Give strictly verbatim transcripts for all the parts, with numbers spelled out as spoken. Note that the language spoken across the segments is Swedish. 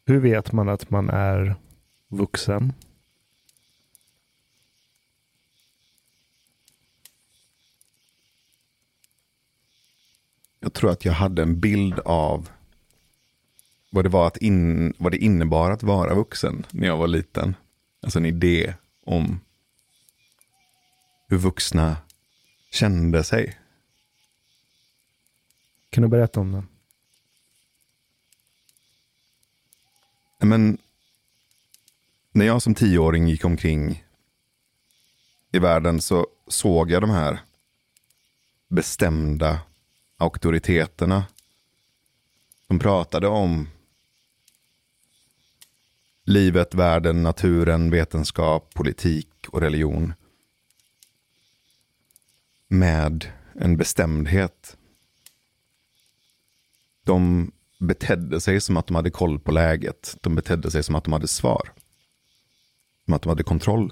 Hur vet man att man är vuxen? Jag tror att jag hade en bild av vad det var att in, vad det innebar att vara vuxen när jag var liten. Alltså en idé om hur vuxna kände sig. Kan du berätta om den? Men när jag som tioåring gick omkring i världen så såg jag de här bestämda auktoriteterna som pratade om livet, världen, naturen, vetenskap, politik och religion med en bestämdhet. De betedde sig som att de hade koll på läget. De betedde sig som att de hade svar. Som att de hade kontroll.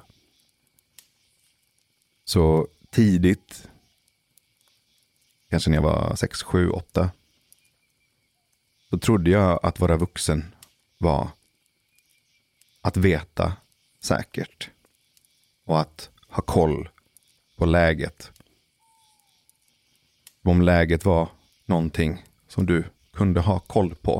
Så tidigt, kanske när jag var sex, sju, åtta, så trodde jag att vara vuxen var att veta säkert och att ha koll på läget. Om läget var någonting som du kunde ha koll på.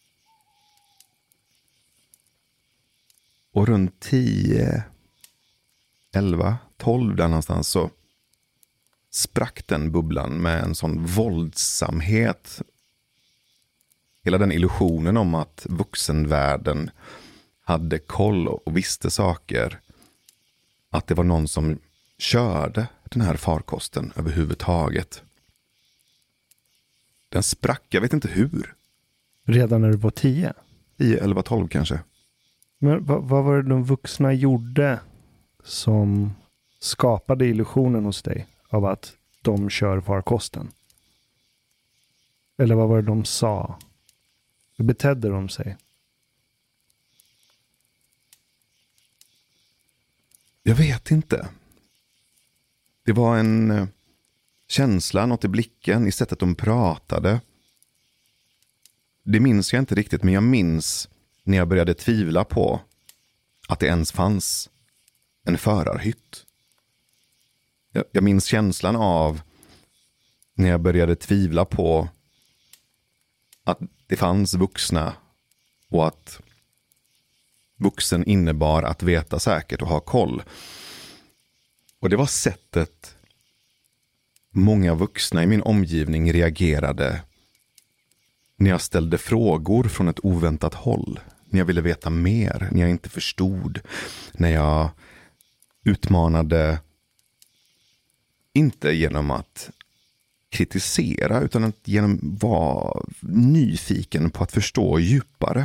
Och runt tio, elva, tolv där någonstans så sprack den bubblan med en sån våldsamhet. Hela den illusionen om att vuxenvärlden hade koll och visste saker. Att det var någon som körde den här farkosten överhuvudtaget. Den sprack, jag vet inte hur. Redan när du var tio? tio, elva, tolv kanske. Men vad, vad var det de vuxna gjorde som skapade illusionen hos dig av att de kör farkosten? Eller vad var det de sa? Hur betedde de sig? Jag vet inte. Det var en känsla, något i blicken, i sättet de pratade. Det minns jag inte riktigt, men jag minns när jag började tvivla på att det ens fanns en förarhytt. Jag, jag minns känslan av när jag började tvivla på att det fanns vuxna och att vuxen innebar att veta säkert och ha koll. Och det var sättet många vuxna i min omgivning reagerade när jag ställde frågor från ett oväntat håll. När jag ville veta mer, när jag inte förstod. När jag utmanade, inte genom att kritisera utan att genom att vara nyfiken på att förstå djupare.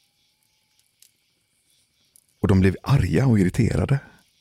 Och de blev arga och irriterade.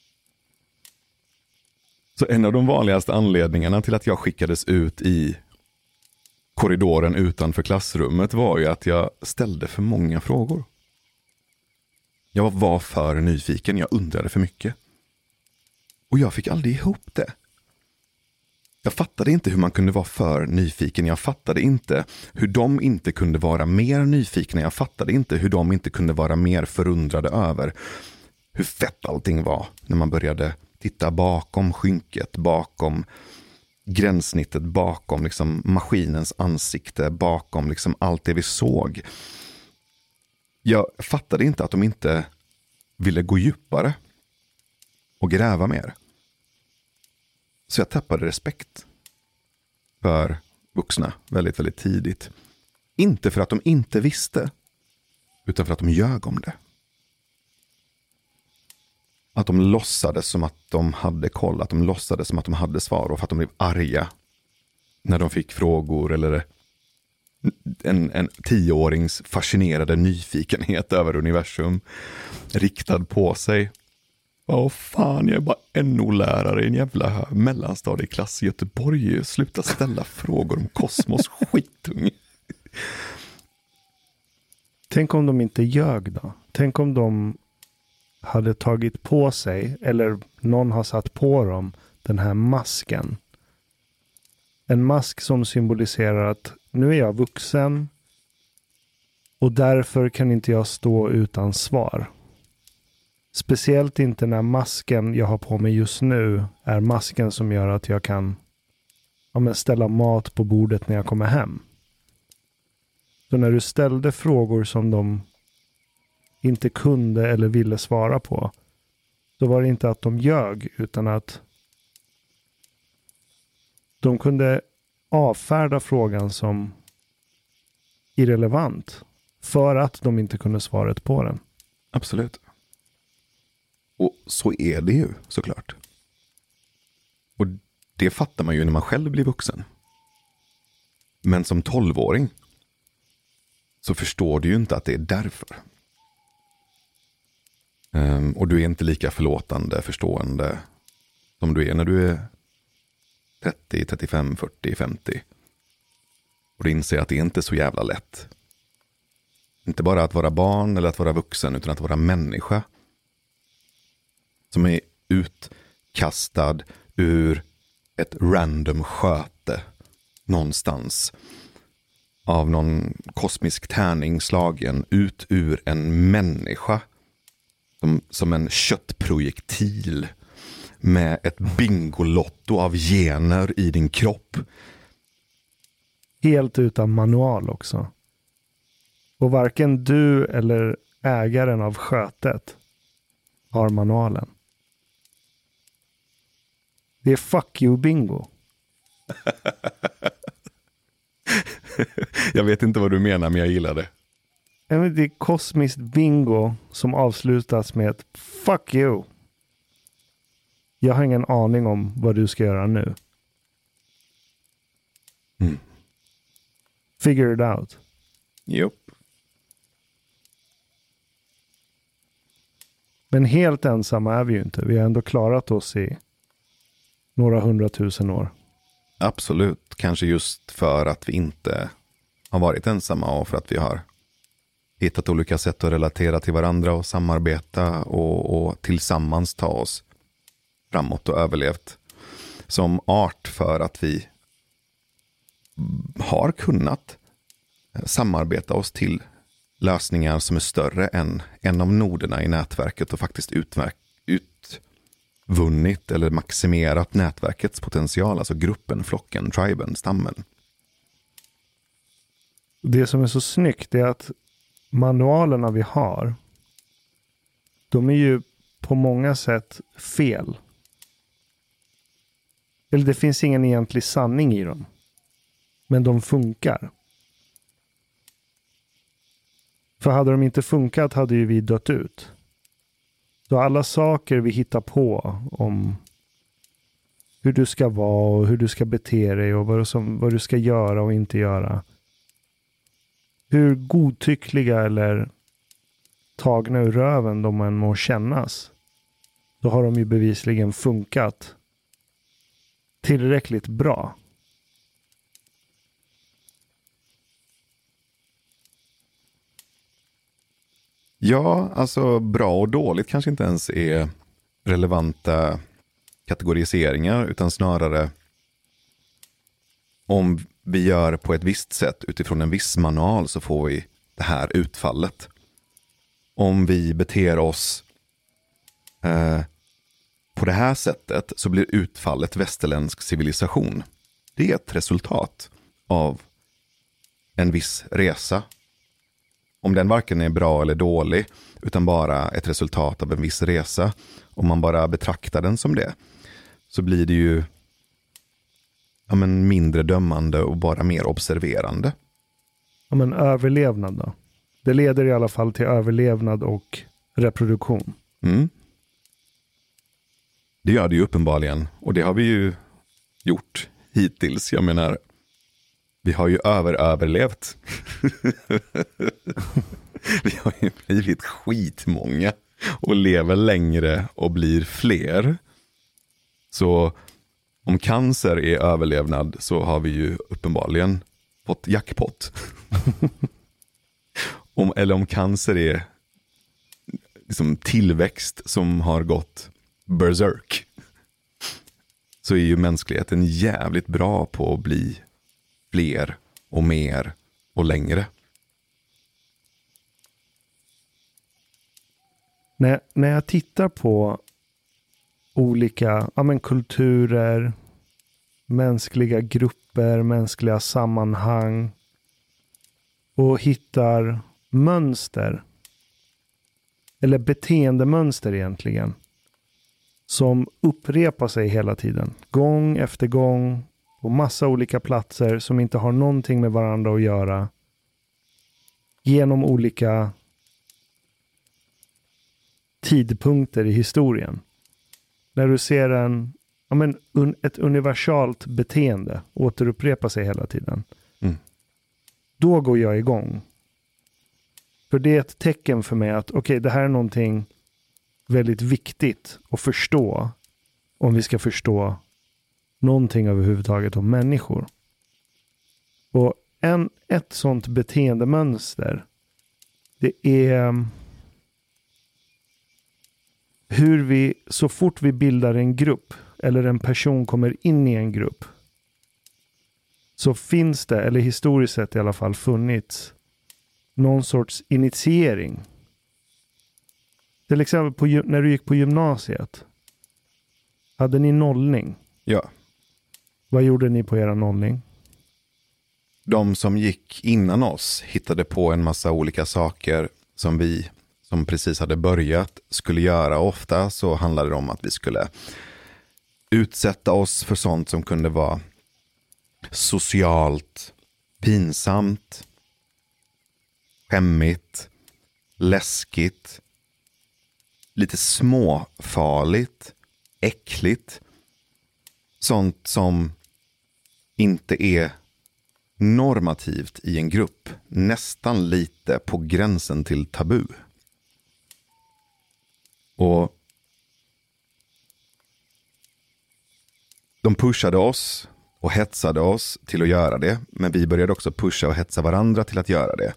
Så en av de vanligaste anledningarna till att jag skickades ut i korridoren utanför klassrummet var ju att jag ställde för många frågor. Jag var för nyfiken, jag undrade för mycket. Och jag fick aldrig ihop det. Jag fattade inte hur man kunde vara för nyfiken. Jag fattade inte hur de inte kunde vara mer nyfikna. Jag fattade inte hur de inte kunde vara mer förundrade över hur fett allting var när man började titta bakom skynket, bakom gränssnittet, bakom liksom maskinens ansikte, bakom liksom allt det vi såg. Jag fattade inte att de inte ville gå djupare och gräva mer. Så jag tappade respekt för vuxna väldigt, väldigt tidigt. Inte för att de inte visste, utan för att de ljög om det. Att de låtsades som att de hade koll, att de låtsades som att de hade svar och för att de blev arga när de fick frågor eller en, en tioårings fascinerade nyfikenhet över universum riktad på sig. Åh fan, jag är bara N O-lärare i en jävla mellanstadieklass i Göteborg. Sluta ställa frågor om kosmos, skitung. Tänk om de inte ljög då? Tänk om de hade tagit på sig, eller någon har satt på dem, den här masken. En mask som symboliserar att nu är jag vuxen Och därför kan inte jag stå utan svar. Speciellt inte när masken jag har på mig just nu är masken som gör att jag kan ja, men ställa mat på bordet när jag kommer hem. Så när du ställde frågor som de inte kunde eller ville svara på, så var det inte att de ljög, utan att de kunde avfärda frågan som irrelevant för att de inte kunde svaret på den. Absolut. Och så är det ju såklart. Och det fattar man ju när man själv blir vuxen. Men som tolvåring så förstår du ju inte att det är därför. Um, och du är inte lika förlåtande, förstående som du är när du är trettio, trettiofem, fyrtio, femtio. Och du inser att det är inte så jävla lätt. Inte bara att vara barn eller att vara vuxen, utan att vara människa. Som är utkastad ur ett random sköte någonstans. Av någon kosmisk tärning slagen ut ur en människa. Som, som en köttprojektil. Med ett bingolotto av gener i din kropp. Helt utan manual också. Och varken du eller ägaren av skötet har manualen. Det är fuck you bingo. Jag vet inte vad du menar, men jag gillar det. Det är kosmiskt bingo som avslutas med ett fuck you. Jag har ingen aning om vad du ska göra nu. Mm. Figure it out. Jupp. Men helt ensamma är vi ju inte. Vi har ändå klarat oss i några hundratusen år. Absolut. Kanske just för att vi inte har varit ensamma och för att vi har hittat olika sätt att relatera till varandra och samarbeta och, och tillsammans ta oss framåt och överlevt som art, för att vi har kunnat samarbeta oss till lösningar som är större än en av noderna i nätverket och faktiskt utverk, utvunnit eller maximerat nätverkets potential, alltså gruppen, flocken, triben, stammen. Det som är så snyggt är att manualerna vi har, de är ju på många sätt fel. Eller det finns ingen egentlig sanning i dem. Men de funkar. För hade de inte funkat hade ju vi dött ut. Så alla saker vi hittar på om hur du ska vara och hur du ska bete dig och vad, som, vad du ska göra och inte göra. Hur godtyckliga eller tagna ur röven de än må kännas, så har de ju bevisligen funkat tillräckligt bra. Ja, alltså bra och dåligt kanske inte ens är relevanta kategoriseringar, utan snarare om vi gör på ett visst sätt utifrån en viss manual så får vi det här utfallet. Om vi beter oss eh, på det här sättet så blir utfallet västerländsk civilisation. Det är ett resultat av en viss resa. Om den varken är bra eller dålig, utan bara ett resultat av en viss resa, om man bara betraktar den som det, så blir det ju ja, men mindre dömande och bara mer observerande. Ja, men överlevnad då? Det leder i alla fall till överlevnad och reproduktion. Mm. Det gör det ju uppenbarligen. Och det har vi ju gjort hittills. Jag menar, vi har ju överöverlevt. Vi har ju blivit skitmånga och lever längre och blir fler. Så om cancer är överlevnad så har vi ju uppenbarligen fått jackpot. om, eller om cancer är liksom tillväxt som har gått berserk, så är ju mänskligheten jävligt bra på att bli fler och mer och längre. När, när jag tittar på olika ja, men kulturer, mänskliga grupper, mänskliga sammanhang och hittar mönster eller beteendemönster egentligen som upprepar sig hela tiden, gång efter gång på massa olika platser som inte har någonting med varandra att göra, genom olika tidpunkter i historien. När du ser en, ja men, un, ett universalt beteende återupprepa sig hela tiden. Mm. Då går jag igång. För det är ett tecken för mig att okej, okay, det här är någonting väldigt viktigt att förstå om vi ska förstå någonting överhuvudtaget om människor. Och en, ett sånt beteendemönster, det är hur vi, så fort vi bildar en grupp eller en person kommer in i en grupp, så finns det, eller historiskt sett i alla fall funnits, någon sorts initiering. Till exempel på, när du gick på gymnasiet. Hade ni nollning? Ja. Vad gjorde ni på era nollning? De som gick innan oss hittade på en massa olika saker som vi som precis hade börjat skulle göra. Ofta så handlade det om att vi skulle utsätta oss för sånt som kunde vara socialt pinsamt, skämmigt, läskigt, lite småfarligt, äckligt. Sånt som inte är normativt i en grupp. Nästan lite på gränsen till tabu. Och de pushade oss och hetsade oss till att göra det. Men vi började också pusha och hetsa varandra till att göra det.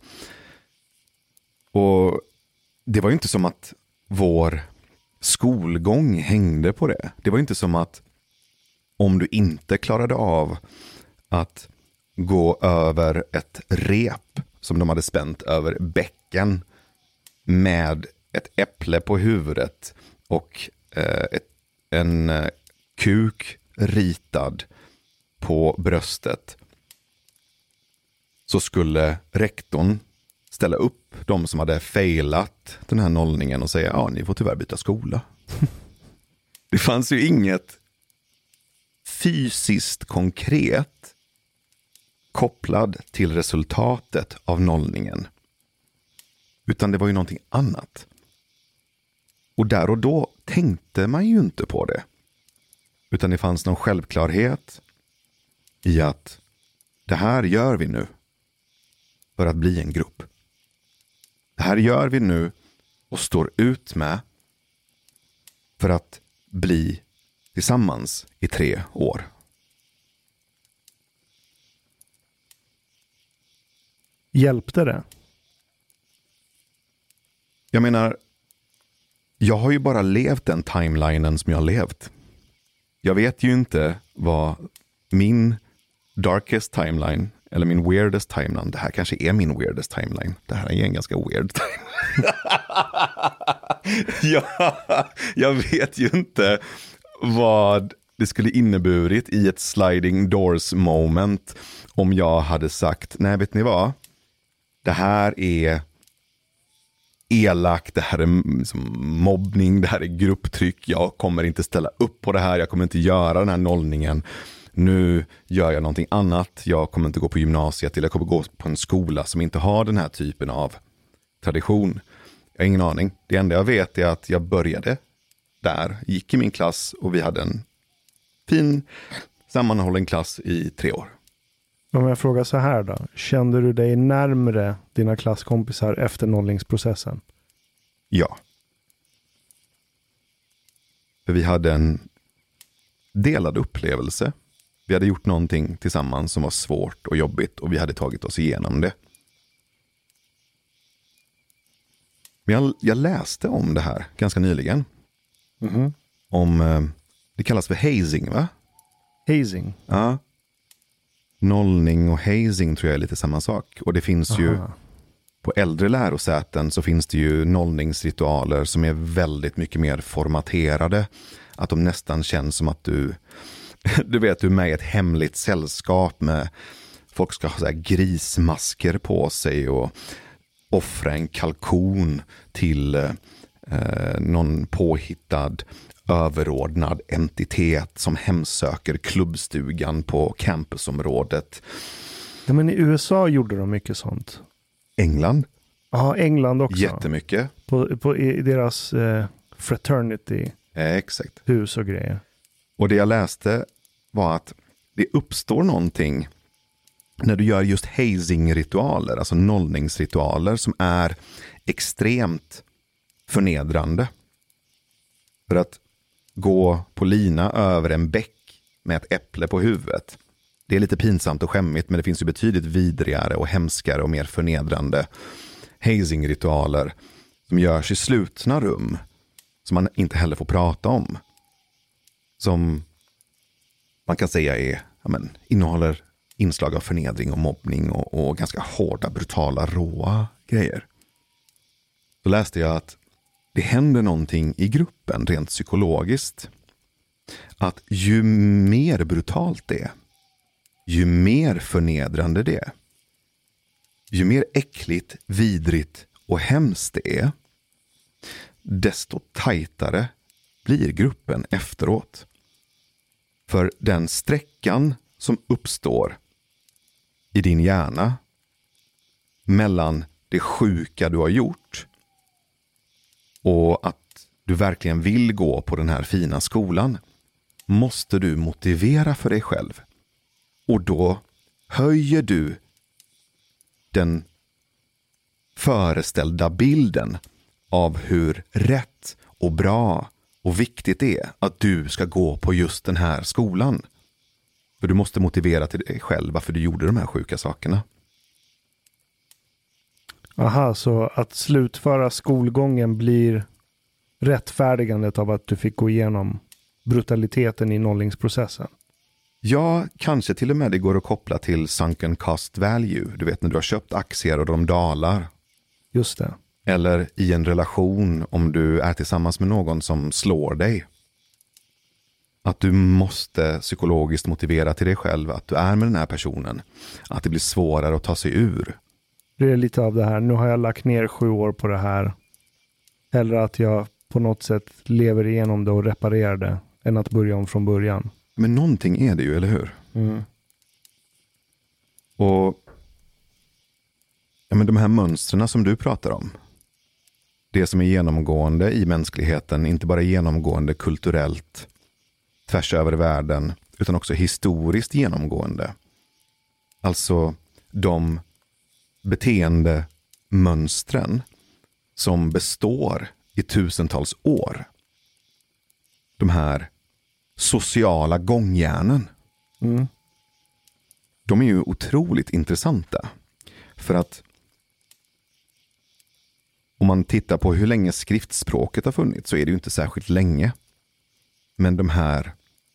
Och det var ju inte som att vår skolgång hängde på det. Det var inte som att om du inte klarade av att gå över ett rep som de hade spänt över bäcken med ett äpple på huvudet och eh, ett, en eh, kuk ritad på bröstet, så skulle rektorn ställa upp de som hade failat den här nollningen och säga, ja, ni får tyvärr byta skola. Det fanns ju inget fysiskt konkret kopplad till resultatet av nollningen. Utan det var ju någonting annat. Och där och då tänkte man ju inte på det. Utan det fanns någon självklarhet i att det här gör vi nu för att bli en grupp. Det här gör vi nu och står ut med för att bli tillsammans i tre år. Hjälpte det? Jag menar, jag har ju bara levt den timelinen som jag har levt. Jag vet ju inte vad min darkest timeline eller min weirdest timeline, det här kanske är min weirdest timeline. Det här är en ganska weird timeline. ja, jag vet ju inte vad det skulle inneburit i ett sliding doors moment om jag hade sagt, nej, vet ni vad? Det här är elakt, det här är liksom mobbning, det här är grupptryck, jag kommer inte ställa upp på det här, jag kommer inte göra den här nollningen, nu gör jag någonting annat, jag kommer inte gå på gymnasiet eller jag kommer gå på en skola som inte har den här typen av tradition. Jag har ingen aning. Det enda jag vet är att jag började där, gick i min klass och vi hade en fin sammanhållen klass i tre år. Om jag frågar så här då, kände du dig närmare dina klasskompisar efter nollningsprocessen? Ja. För vi hade en delad upplevelse. Vi hade gjort någonting tillsammans som var svårt och jobbigt och vi hade tagit oss igenom det. Men jag, jag läste om det här ganska nyligen. Mm-hmm. Om, det kallas för hazing, va? Hazing? Ja. Nollning och hazing tror jag är lite samma sak. Och det finns Aha. ju på äldre lärosäten så finns det ju nollningsritualer som är väldigt mycket mer formaterade. Att de nästan känns som att du, du vet, du är med i ett hemligt sällskap med folk ska ha så här grismasker på sig och offra en kalkon till eh, någon påhittad överordnad entitet som hemsöker klubbstugan på campusområdet. Ja, men i U S A gjorde de mycket sånt. England? Ja, England också. Jättemycket. På, på, i deras eh, fraternity. Eh, exakt. Hus och grejer. Och det jag läste var att det uppstår någonting när du gör just hazing-ritualer, alltså nollningsritualer som är extremt förnedrande. För att gå på lina över en bäck med ett äpple på huvudet. Det är lite pinsamt och skämmigt, men det finns ju betydligt vidrigare och hemskare och mer förnedrande hazing-ritualer som görs i slutna rum som man inte heller får prata om. Som man kan säga är, ja men, innehåller inslag av förnedring och mobbning och, och ganska hårda, brutala, råa grejer. Så läste jag att det händer någonting i gruppen rent psykologiskt. Att ju mer brutalt det är, ju mer förnedrande det är, ju mer äckligt, vidrigt och hemskt det är, desto tajtare blir gruppen efteråt. För den sträckan som uppstår i din hjärna mellan det sjuka du har gjort och att du verkligen vill gå på den här fina skolan måste du motivera för dig själv. Och då höjer du den föreställda bilden av hur rätt och bra och viktigt det är att du ska gå på just den här skolan. För du måste motivera till dig själv varför du gjorde de här sjuka sakerna. Aha, så att slutföra skolgången blir rättfärdigandet av att du fick gå igenom brutaliteten i nollningsprocessen. Ja, kanske till och med det går att koppla till sunken cost value. Du vet när du har köpt aktier och de dalar. Just det. Eller i en relation om du är tillsammans med någon som slår dig. Att du måste psykologiskt motivera till dig själv att du är med den här personen. Att det blir svårare att ta sig ur. Det är lite av det här. Nu har jag lagt ner sju år på det här. Eller att jag på något sätt lever igenom det och reparerar det. Än att börja om från början. Men någonting är det ju, eller hur? Mm. Och ja, men de här mönstren som du pratar om. Det som är genomgående i mänskligheten. Inte bara genomgående kulturellt. Tvärs över världen. Utan också historiskt genomgående. Alltså de beteendemönstren som består i tusentals år. De här sociala gångjärnen. Mm. De är ju otroligt intressanta. För att om man tittar på hur länge skriftspråket har funnits så är det ju inte särskilt länge. Men de här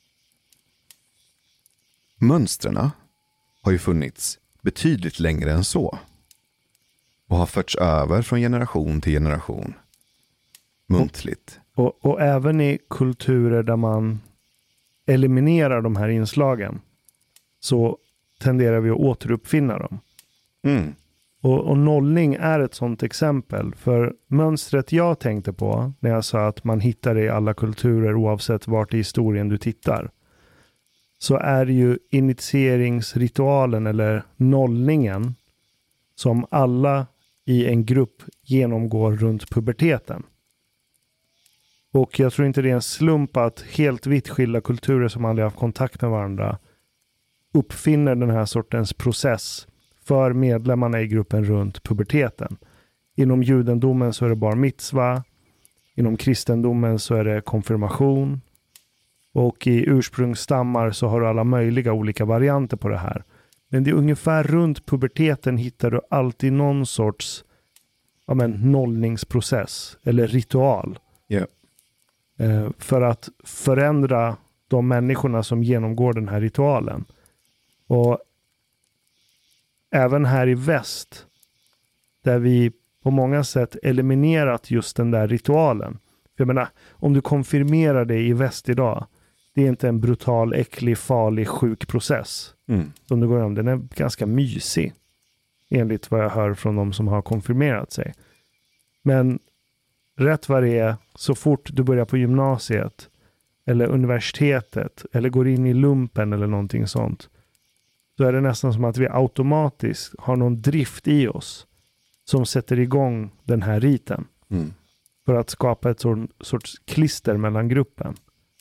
mönstren har ju funnits betydligt längre än så. Och har förts över från generation till generation. Muntligt. Och, och, och även i kulturer där man eliminerar de här inslagen så tenderar vi att återuppfinna dem. Mm. Och, och nollning är ett sådant exempel. För mönstret jag tänkte på när jag sa att man hittar det i alla kulturer oavsett vart i historien du tittar. Så är det ju initieringsritualen eller nollningen som alla i en grupp genomgår runt puberteten. Och jag tror inte det är en slump att helt vitt skilda kulturer som aldrig haft kontakt med varandra uppfinner den här sortens process för medlemmarna i gruppen runt puberteten. Inom judendomen så är det bar mitzva. Inom kristendomen så är det konfirmation. Och i ursprungsstammar så har du alla möjliga olika varianter på det här. Men det är ungefär runt puberteten hittar du alltid någon sorts ja men, nollningsprocess eller ritual. Yeah. Eh, för att förändra de människorna som genomgår den här ritualen. Och även här i väst där vi på många sätt eliminerat just den där ritualen. För jag menar, om du konfirmerar det i väst idag, det är inte en brutal, äcklig, farlig, sjuk process Mm. som du går om. Den är ganska mysig, enligt vad jag hör från de som har konfirmerat sig. Men rätt vad det är, så fort du börjar på gymnasiet eller universitetet eller går in i lumpen eller någonting sånt, så är det nästan som att vi automatiskt har någon drift i oss som sätter igång den här riten. Mm. För att skapa ett sån, sorts klister mellan gruppen.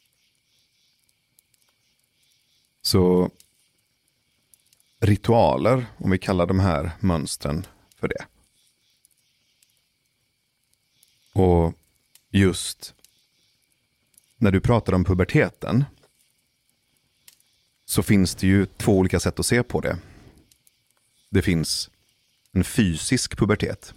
Så ritualer, om vi kallar de här mönstren för det. Och just när du pratar om puberteten så finns det ju två olika sätt att se på det. Det finns en fysisk pubertet.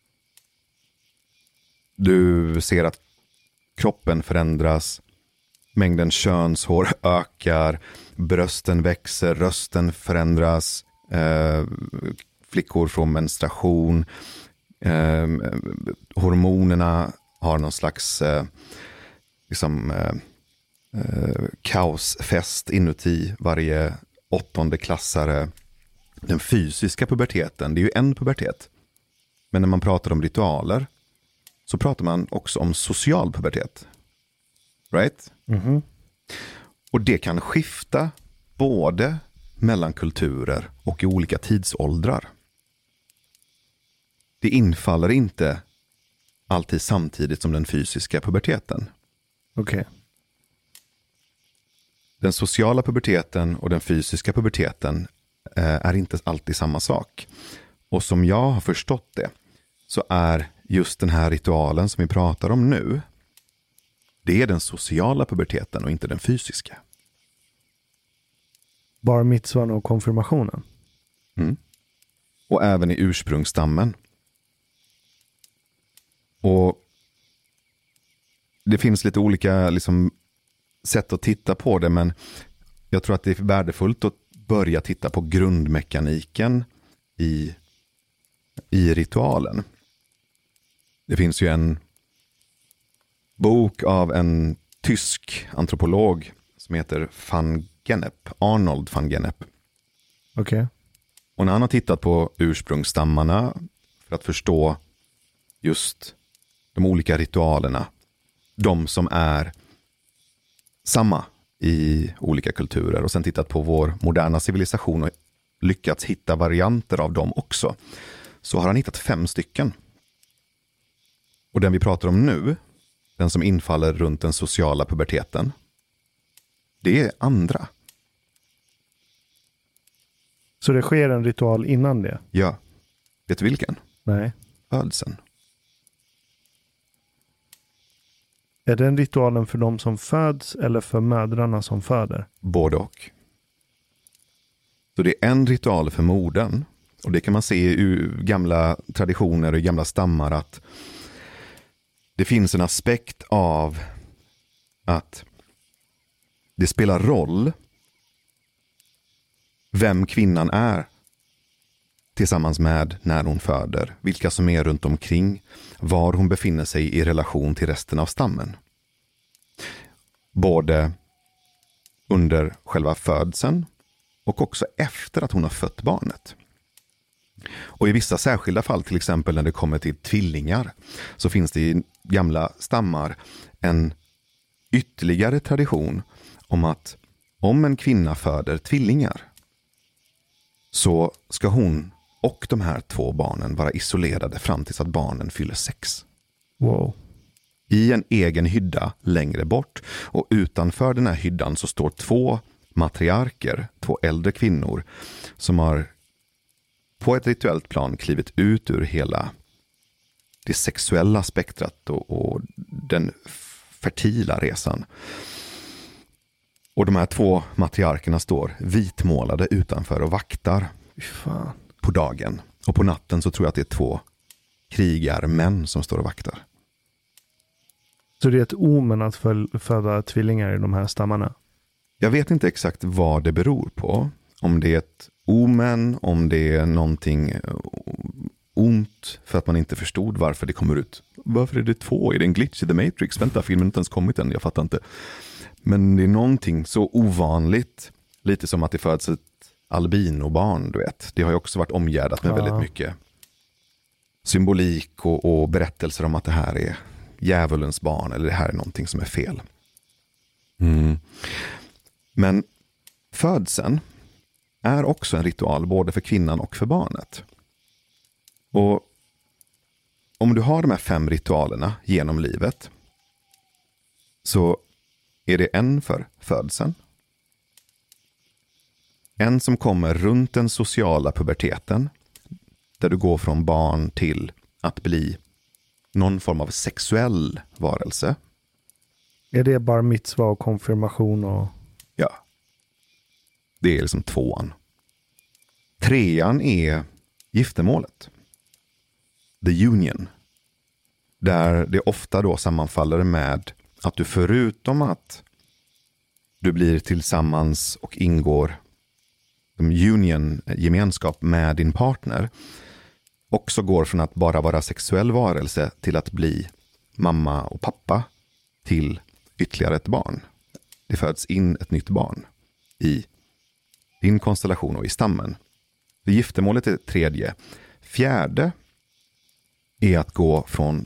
Du ser att kroppen förändras, mängden könshår ökar, brösten växer, rösten förändras, eh, flickor får menstruation, eh, hormonerna har någon slags eh, liksom, eh, eh, kaosfest inuti varje åttonde klassare. Den fysiska puberteten, det är ju en pubertet. Men när man pratar om ritualer så pratar man också om social pubertet. Right? Mhm. Och det kan skifta både mellan kulturer och i olika tidsåldrar. Det infaller inte alltid samtidigt som den fysiska puberteten. Okej. Okay. Den sociala puberteten och den fysiska puberteten eh, är inte alltid samma sak. Och som jag har förstått det så är just den här ritualen som vi pratar om nu, det är den sociala puberteten och inte den fysiska. Bar mitzvan och konfirmationen. Mm. Och även i ursprungsstammen. Och det finns lite olika liksom, sätt att titta på det, men jag tror att det är värdefullt att börja titta på grundmekaniken i, i ritualen. Det finns ju en bok av en tysk antropolog som heter van Gennep, Arnold van Gennep. Okej. Okay. Och när han har tittat på ursprungsstammarna för att förstå just de olika ritualerna, de som är samma i olika kulturer, och sen tittat på vår moderna civilisation och lyckats hitta varianter av dem också, så har han hittat fem stycken. Och den vi pratar om nu, den som infaller runt den sociala puberteten, det är andra. Så det sker en ritual innan det? Ja. Vet du vilken? Nej. Födseln. Är den ritualen för de som föds eller för mödrarna som föder? Både och. Så det är en ritual för modern. Och det kan man se i gamla traditioner och gamla stammar, att det finns en aspekt av att det spelar roll vem kvinnan är tillsammans med när hon föder, vilka som är runt omkring, var hon befinner sig i relation till resten av stammen. Både under själva födseln och också efter att hon har fött barnet. Och i vissa särskilda fall, till exempel när det kommer till tvillingar, så finns det i gamla stammar en ytterligare tradition om att om en kvinna föder tvillingar så ska hon och de här två barnen vara isolerade fram tills att barnen fyller sex. Wow. I en egen hydda längre bort, och utanför den här hyddan så står två matriarker, två äldre kvinnor som har på ett rituellt plan klivit ut ur hela det sexuella spektrat och, och den fertila resan. Och de här två matriarkerna står vitmålade utanför och vaktar Fan. på dagen. Och på natten så tror jag att det är två krigarmän som står och vaktar. Så det är ett omen att föda tvillingar i de här stammarna? Jag vet inte exakt vad det beror på. Om det är ett omen, om det är någonting ont för att man inte förstod varför det kommer ut. Varför är det två? Är det en glitch i The Matrix? Vänta, filmen har inte ens kommit än, jag fattar inte. Men det är någonting så ovanligt, lite som att det föds ett albinobarn, du vet. Det har ju också varit omgärdat med ja. väldigt mycket symbolik och, och berättelser om att det här är djävulens barn eller det här är någonting som är fel. Mm. Men födseln är också en ritual både för kvinnan och för barnet. Och om du har de här fem ritualerna genom livet så är det en för födseln, en som kommer runt den sociala puberteten där du går från barn till att bli någon form av sexuell varelse. Är det bar mitzva och konfirmation? Och... Ja. Det är liksom tvåan. Trean är giftermålet. The union. Där det ofta då sammanfaller med att du förutom att du blir tillsammans och ingår union, gemenskap med din partner, också går från att bara vara sexuell varelse till att bli mamma och pappa till ytterligare ett barn. Det föds in ett nytt barn i din konstellation och i stammen. Giftermålet är tredje. Fjärde är att gå från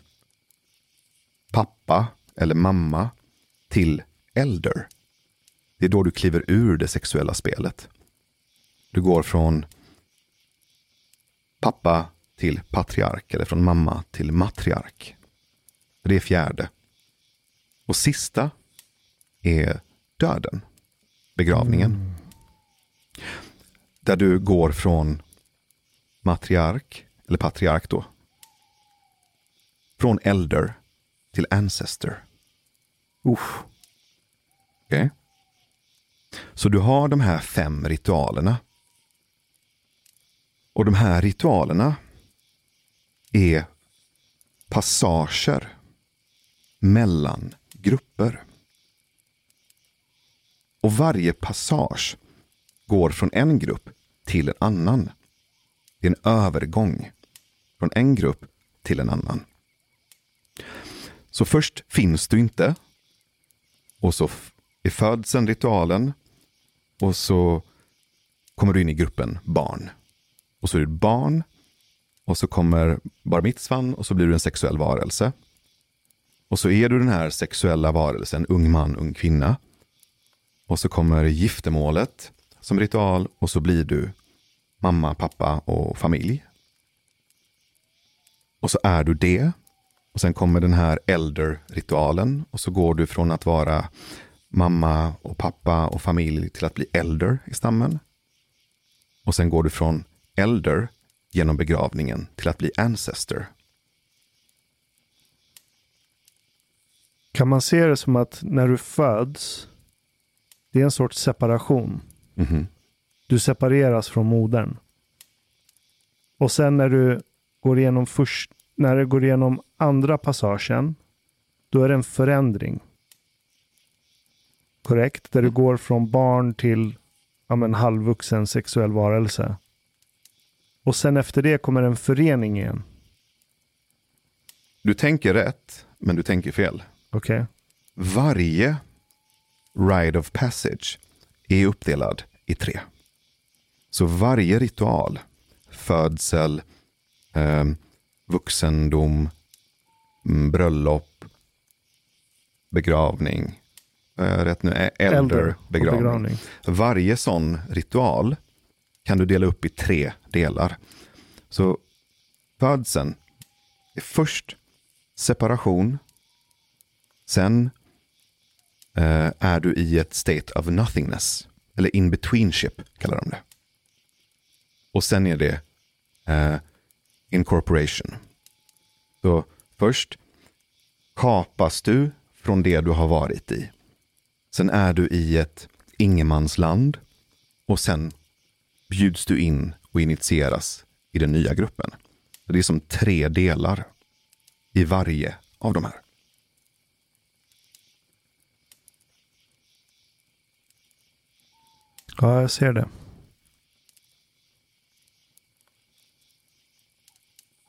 pappa eller mamma till elder. Det är då du kliver ur det sexuella spelet. Du går från pappa till patriark eller från mamma till matriark. Det är fjärde. Och sista är döden. Begravningen. Mm. Där du går från matriark eller patriark då. Från elder till ancestor. Usch. Okej. Okay. Så du har de här fem ritualerna. Och de här ritualerna är passager mellan grupper. Och varje passage går från en grupp till en annan. Det är en övergång från en grupp till en annan. Så först finns du inte. Och så är födseln ritualen. Och så kommer du in i gruppen barn. Och så är du barn. Och så kommer bar mitzvan och så blir du en sexuell varelse. Och så är du den här sexuella varelsen, ung man, ung kvinna. Och så kommer giftermålet som ritual och så blir du mamma, pappa och familj. Och så är du det. Och sen kommer den här elder-ritualen och så går du från att vara mamma och pappa och familj till att bli elder i stammen. Och sen går du från elder genom begravningen till att bli ancestor. Kan man se det som att när du föds, det är en sorts separation. Mm-hmm. Du separeras från modern. Och sen när du går igenom först, när du går igenom andra passagen, då är det en förändring. Korrekt? Där du går från barn till ja, men, halvvuxen sexuell varelse. Och sen efter det kommer en förening igen. Du tänker rätt, men du tänker fel. Okej. Okay. Varje rite of passage är uppdelad i tre. Så varje ritual, födsel, eh, vuxendom, bröllop, begravning, eh, rätt nu, elder, elder begravning. begravning. Varje sån ritual kan du dela upp i tre delar. Så födseln är först separation. Sen eh, är du i ett state of nothingness. Eller in-betweenship kallar de det. Och sen är det eh, incorporation. Så först kapas du från det du har varit i. Sen är du i ett ingenmansland. Och sen bjuds du in och initieras i den nya gruppen. Så det är som tre delar i varje av de här. Ja, jag ser det.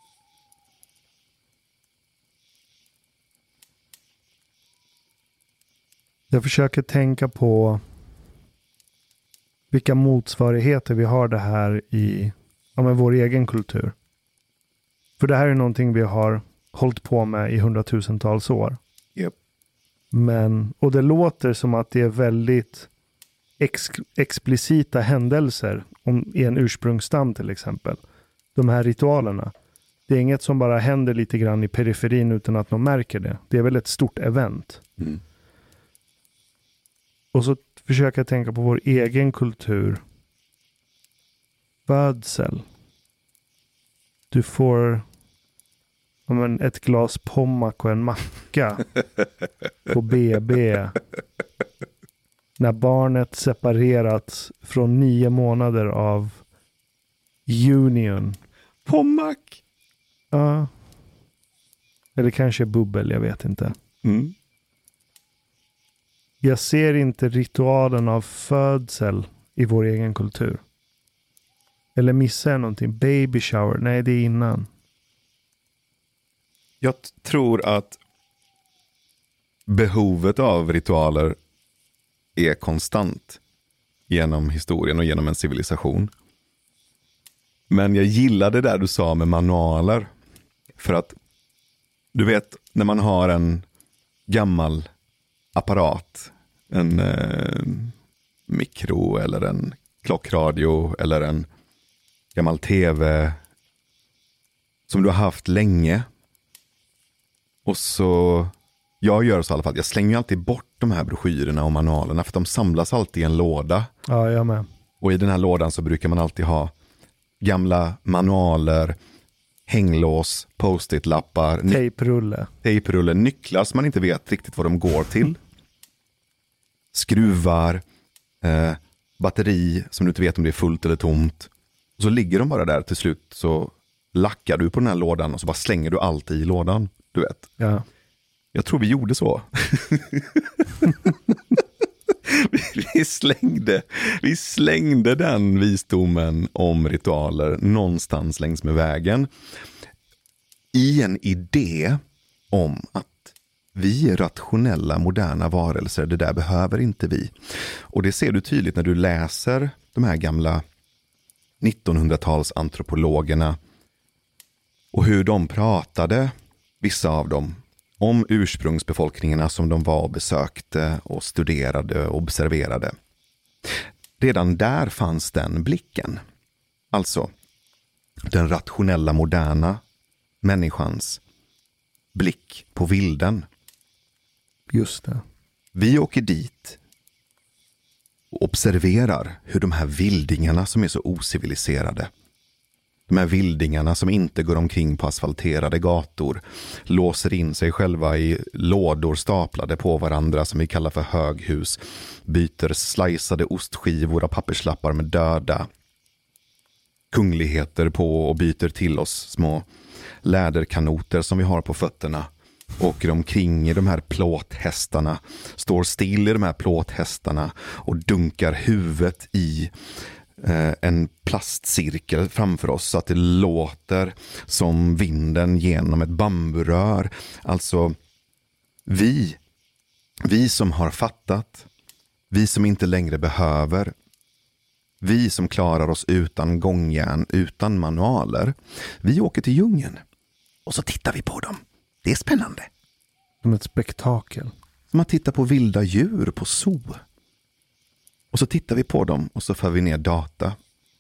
Jag försöker tänka på vilka motsvarigheter vi har det här i ja, men vår egen kultur. För det här är någonting vi har hållit på med i hundratusentals år. Yep. Men, och det låter som att det är väldigt ex, explicita händelser om, i en ursprungsstam till exempel. De här ritualerna. Det är inget som bara händer lite grann i periferin utan att de märker det. Det är väl ett stort event. Mm. Och så försöker jag tänka på vår egen kultur. Födsel. Du får ja, men ett glas pommac och en macka på B B. När barnet separerats från nio månader av union. Pommac! Ja. Eller kanske bubbel, jag vet inte. Mm. Jag ser inte ritualen av födsel i vår egen kultur. Eller missar jag någonting? Baby shower? Nej, det är innan. Jag t- tror att behovet av ritualer är konstant genom historien och genom en civilisation. Men jag gillar det där du sa med manualer. För att du vet, när man har en gammal apparat, en eh, mikro eller en klockradio eller en gammal tv som du har haft länge. Och så, jag gör så i alla fall, jag slänger alltid bort de här broschyrerna och manualerna för de samlas alltid i en låda. Ja, jag med. Och i den här lådan så brukar man alltid ha gamla manualer, hänglås, post-it-lappar, ny- Tejprulle. tejprulle, nycklar som man inte vet riktigt vad de går till. Skruvar, eh, batteri som du inte vet om det är fullt eller tomt. Och så ligger de bara där, till slut så lackar du på den här lådan och så bara slänger du allt i lådan, du vet. Ja. Jag tror vi gjorde så. vi, vi, slängde, vi slängde den visdomen om ritualer någonstans längs med vägen. I en idé om att vi är rationella, moderna varelser. Det där behöver inte vi. Och det ser du tydligt när du läser de här gamla nittonhundratals antropologerna och hur de pratade, vissa av dem, om ursprungsbefolkningarna som de var och besökte och studerade och observerade. Redan där fanns den blicken. Alltså den rationella, moderna människans blick på vilden. Just det. Vi åker dit och observerar hur de här vildingarna som är så ociviliserade, de här vildingarna som inte går omkring på asfalterade gator, låser in sig själva i lådor staplade på varandra som vi kallar för höghus, byter sliceade ostskivor av papperslappar med döda kungligheter på och byter till oss små läderkanoter som vi har på fötterna. Åker omkring i de här plåthästarna, står still i de här plåthästarna och dunkar huvudet i eh, en plastcirkel framför oss så att det låter som vinden genom ett bamburör. Alltså vi, vi som har fattat, vi som inte längre behöver, vi som klarar oss utan gångjärn, utan manualer, vi åker till djungeln och så tittar vi på dem. Det är spännande. Som ett spektakel. Man tittar på vilda djur på zoo. Och så tittar vi på dem och så för vi ner data.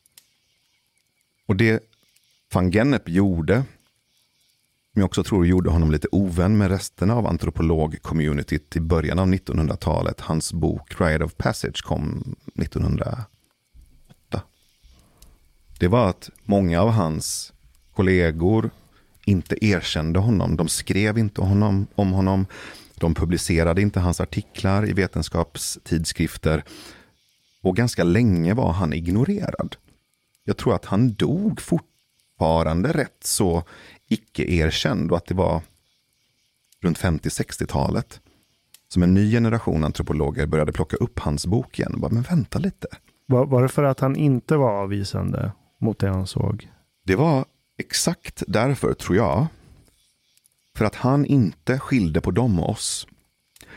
Och det van Gennep gjorde, som jag också tror gjorde honom lite ovän med resten av antropolog-communityt i början av nittonhundratalet. Hans bok Rite of Passage kom nittonhundraåtta. Det var att många av hans kollegor inte erkände honom. De skrev inte honom, om honom. De publicerade inte hans artiklar i vetenskapstidskrifter. Och ganska länge var han ignorerad. Jag tror att han dog fortfarande rätt så icke-erkänd. Och att det var runt femtio-sextiotalet som en ny generation antropologer började plocka upp hans bok igen. Och bara, men vänta lite. Var, var det för att han inte var avvisande mot det han såg? Det var exakt därför, tror jag. För att han inte skilde på dem och oss.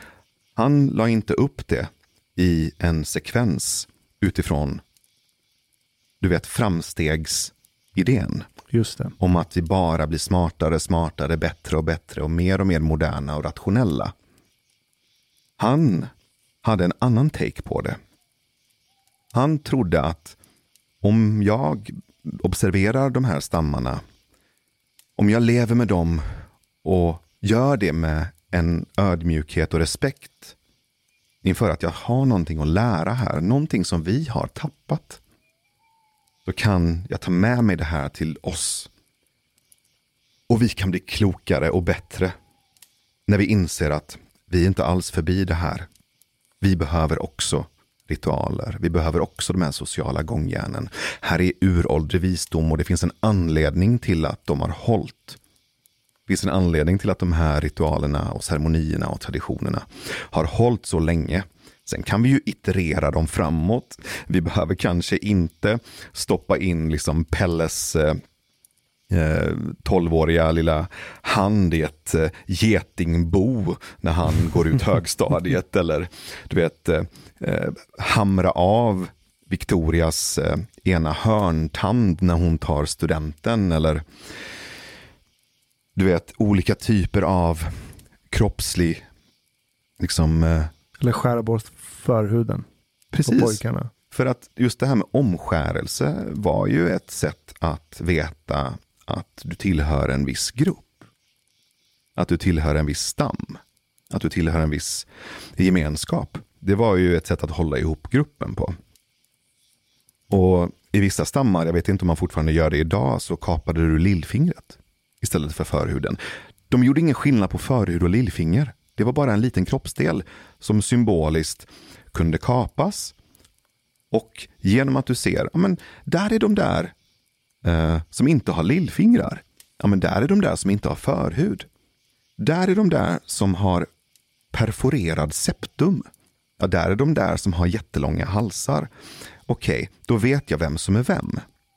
Han la inte upp det i en sekvens utifrån, du vet, framstegsidén. Just det. Om att vi bara blir smartare, smartare, bättre och bättre och mer och mer moderna och rationella. Han hade en annan take på det. Han trodde att om jag observerar de här stammarna, om jag lever med dem och gör det med en ödmjukhet och respekt inför att jag har någonting att lära här, någonting som vi har tappat, så kan jag ta med mig det här till oss. Och vi kan bli klokare och bättre när vi inser att vi är inte alls förbi det här. Vi behöver också ritualer. Vi behöver också de här sociala gångjärnen. Här är uråldrig visdom och det finns en anledning till att de har hållit. Det finns en anledning till att de här ritualerna och ceremonierna och traditionerna har hållit så länge. Sen kan vi ju iterera dem framåt. Vi behöver kanske inte stoppa in liksom Pelles eh, tolvåriga lilla hand i ett eh, getingbo när han går ut högstadiet. Eller du vet, eh, hamra av Victorias eh, ena hörntand när hon tar studenten. Eller du vet, olika typer av kroppslig liksom... Eh, Eller skära bort förhuden. Precis. På pojkarna. För att just det här med omskärelse var ju ett sätt att veta att du tillhör en viss grupp. Att du tillhör en viss stam. Att du tillhör en viss gemenskap. Det var ju ett sätt att hålla ihop gruppen på. Och i vissa stammar, jag vet inte om man fortfarande gör det idag, så kapade du lillfingret istället för förhuden. De gjorde ingen skillnad på förhud och lillfinger. Det var bara en liten kroppsdel som symboliskt kunde kapas. Och genom att du ser, ja men där är de där eh, som inte har lillfingrar. Ja men där är de där som inte har förhud. Där är de där som har perforerad septum. Ja, där är de där som har jättelånga halsar. Okej, då vet jag vem som är vem.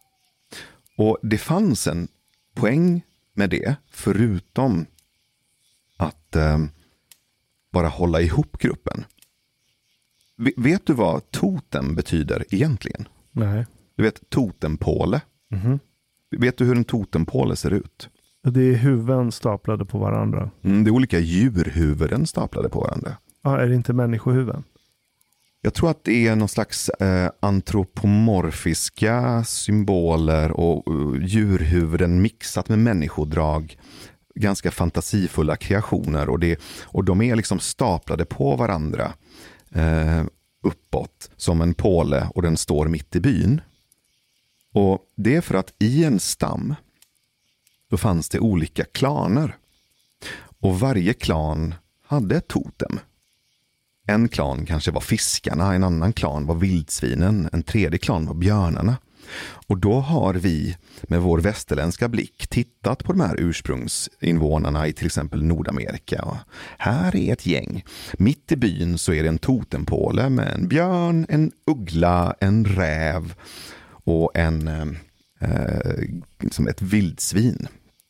Och det fanns en poäng med det, förutom att eh, bara hålla ihop gruppen. Vet du vad totem betyder egentligen? Nej. Du vet totempåle. Mm-hmm. Vet du hur en totempåle ser ut? Det är huvuden staplade på varandra. Mm, det är olika djurhuvuden staplade på varandra. Ja, är det inte människohuvuden? Jag tror att det är någon slags eh, antropomorfiska symboler och uh, djurhuvuden mixat med människodrag. Ganska fantasifulla kreationer och, det, och de är liksom staplade på varandra eh, uppåt som en påle och den står mitt i byn. Och det är för att i en stam då fanns det olika klaner. Och varje klan hade ett totem. En klan kanske var fiskarna, en annan klan var vildsvinen, en tredje klan var björnarna. Och då har vi med vår västerländska blick tittat på de här ursprungsinvånarna i till exempel Nordamerika. Och här är ett gäng. Mitt i byn så är det en totempåle med en björn, en uggla, en räv och en, eh, som ett vildsvin.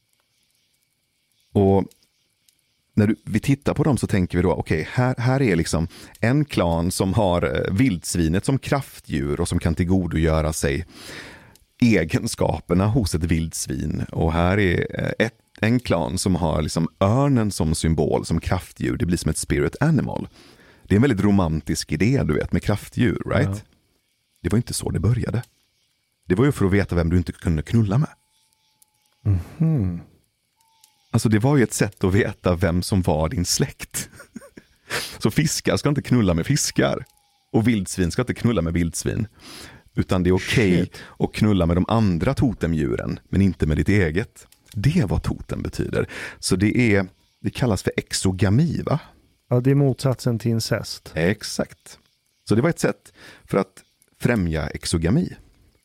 Och när du, vi tittar på dem så tänker vi då, okej, okay, här, här är liksom en klan som har vildsvinet som kraftdjur och som kan tillgodogöra sig egenskaperna hos ett vildsvin. Och här är ett, en klan som har liksom örnen som symbol, som kraftdjur. Det blir som ett spirit animal. Det är en väldigt romantisk idé, du vet, med kraftdjur, right? Ja. Det var inte så det började. Det var ju för att veta vem du inte kunde knulla med. Mhm. Alltså det var ju ett sätt att veta vem som var din släkt. Så fiskar ska inte knulla med fiskar. Och vildsvin ska inte knulla med vildsvin. Utan det är okej okay att knulla med de andra totemdjuren. Men inte med ditt eget. Det är vad totem betyder. Så det är, det kallas för exogami, va? Ja, det är motsatsen till incest. Exakt. Så det var ett sätt för att främja exogami.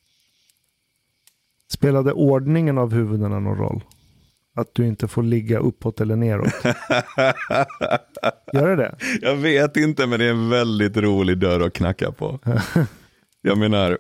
Spelade ordningen av huvudena någon roll? Att du inte får ligga uppåt eller neråt. Gör det det? Jag vet inte, men det är en väldigt rolig dörr att knacka på. Jag menar,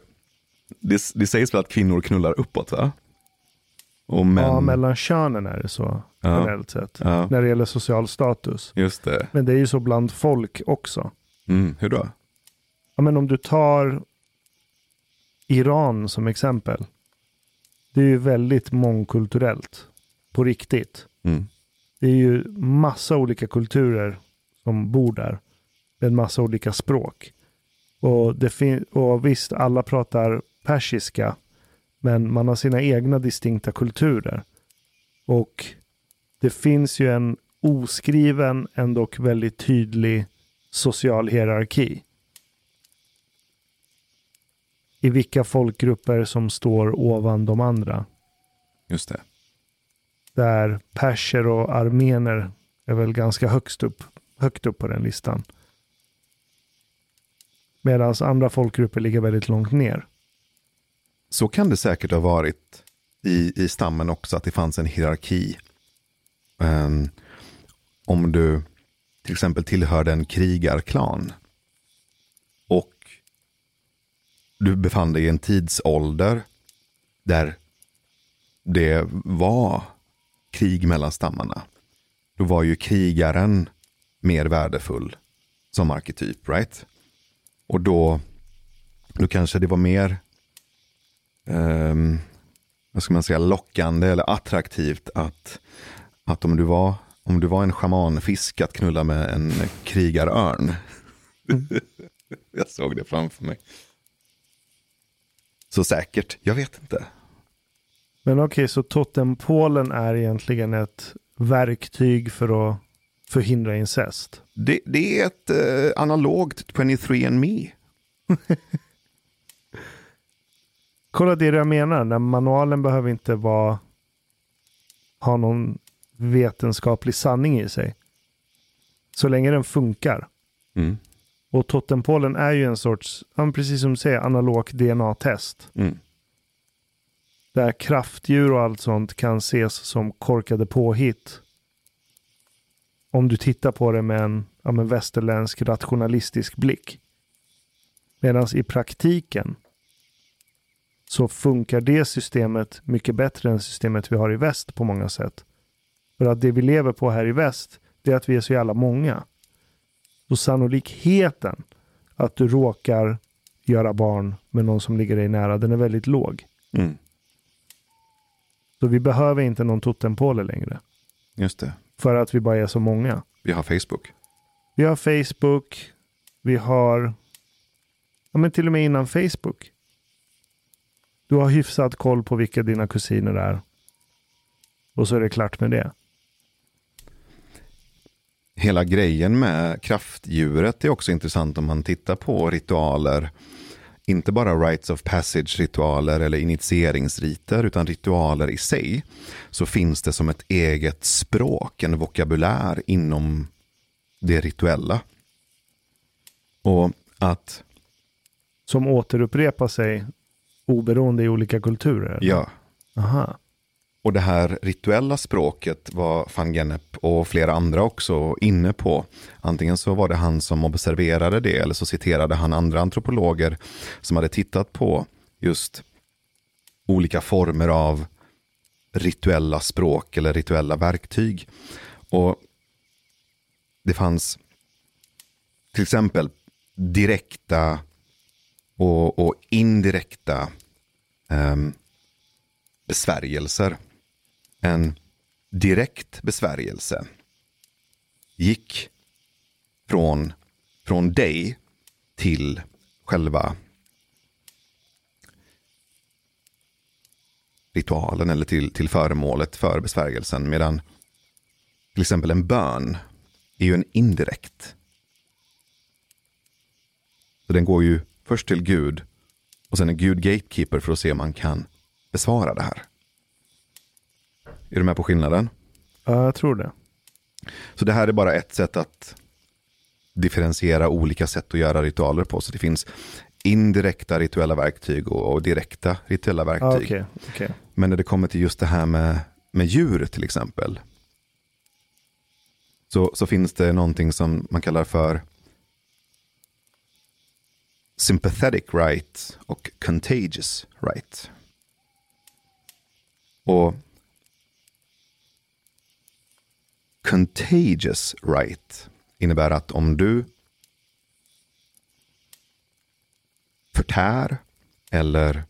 det, det sägs väl att kvinnor knullar uppåt, va? Och män... Ja, mellan könen är det så. Ja. generellt sett. Ja. När det gäller social status. Just det. Men det är ju så bland folk också. Mm, hur då? Ja, men om du tar Iran som exempel. Det är ju väldigt mångkulturellt. På riktigt. Mm. Det är ju massa olika kulturer som bor där. Det är en massa olika språk. Och, det fin- och visst, alla pratar persiska. Men man har sina egna distinkta kulturer. Och det finns ju en oskriven, ändå väldigt tydlig social hierarki. I vilka folkgrupper som står ovan de andra. Just det. Där perser och armener är väl ganska högst upp, högt upp på den listan. Medan andra folkgrupper ligger väldigt långt ner. Så kan det säkert ha varit i, i stammen också, att det fanns en hierarki. Um, om du till exempel tillhörde en krigarklan och du befann dig i en tidsålder där det var krig mellan stammarna. Då var ju krigaren mer värdefull som arketyp, right? Och då, då kanske det var mer um, vad ska man säga, lockande eller attraktivt att, att om du var om du var en schamanfisk att knulla med en krigarörn. Mm. Jag såg det framför mig. Så säkert, jag vet inte. Men okej, okay, så totempolen är egentligen ett verktyg för att förhindra incest? Det, det är ett eh, analogt tjugotre and me. Kolla det jag menar. När manualen behöver inte vara ha någon vetenskaplig sanning i sig. Så länge den funkar. Mm. Och totempolen är ju en sorts, precis som du säger, analog D N A-test. Mm. Där kraftdjur och allt sånt kan ses som korkade påhitt. Om du tittar på det med en, ja, med västerländsk rationalistisk blick. Medan i praktiken så funkar det systemet mycket bättre än systemet vi har i väst på många sätt. För att det vi lever på här i väst, det är att vi är så jävla många. Så sannolikheten att du råkar göra barn med någon som ligger dig nära, den är väldigt låg. Mm. Så vi behöver inte någon totempåle längre. Just det. För att vi bara är så många. Vi har Facebook. Vi har Facebook. Vi har... Ja, men till och med innan Facebook. Du har hyfsat koll på vilka dina kusiner är. Och så är det klart med det. Hela grejen med kraftdjuret är också intressant om man tittar på ritualer. Inte bara rites of passage-ritualer eller initieringsriter, utan ritualer i sig. Så finns det som ett eget språk, en vokabulär inom det rituella. Och att... Som återupprepar sig oberoende i olika kulturer? Eller? Ja. Aha. Och det här rituella språket var van Gennep och flera andra också inne på. Antingen så var det han som observerade det, eller så citerade han andra antropologer som hade tittat på just olika former av rituella språk eller rituella verktyg. Och det fanns till exempel direkta och, och indirekta um, besvärjelser. En direkt besvärjelse gick från, från dig till själva ritualen eller till, till föremålet för besvärjelsen, medan till exempel en bön är ju en indirekt. Så den går ju först till Gud och sen är Gud gatekeeper för att se om man kan besvara det här. Är du med på skillnaden? Ja, jag tror det. Så det här är bara ett sätt att differentiera olika sätt att göra ritualer på. Så det finns indirekta rituella verktyg och, och direkta rituella verktyg. Ah, okay, okay. Men när det kommer till just det här med, med djur till exempel, så, så finns det någonting som man kallar för sympathetic right och contagious right. Och contagious right innebär att om du förtär eller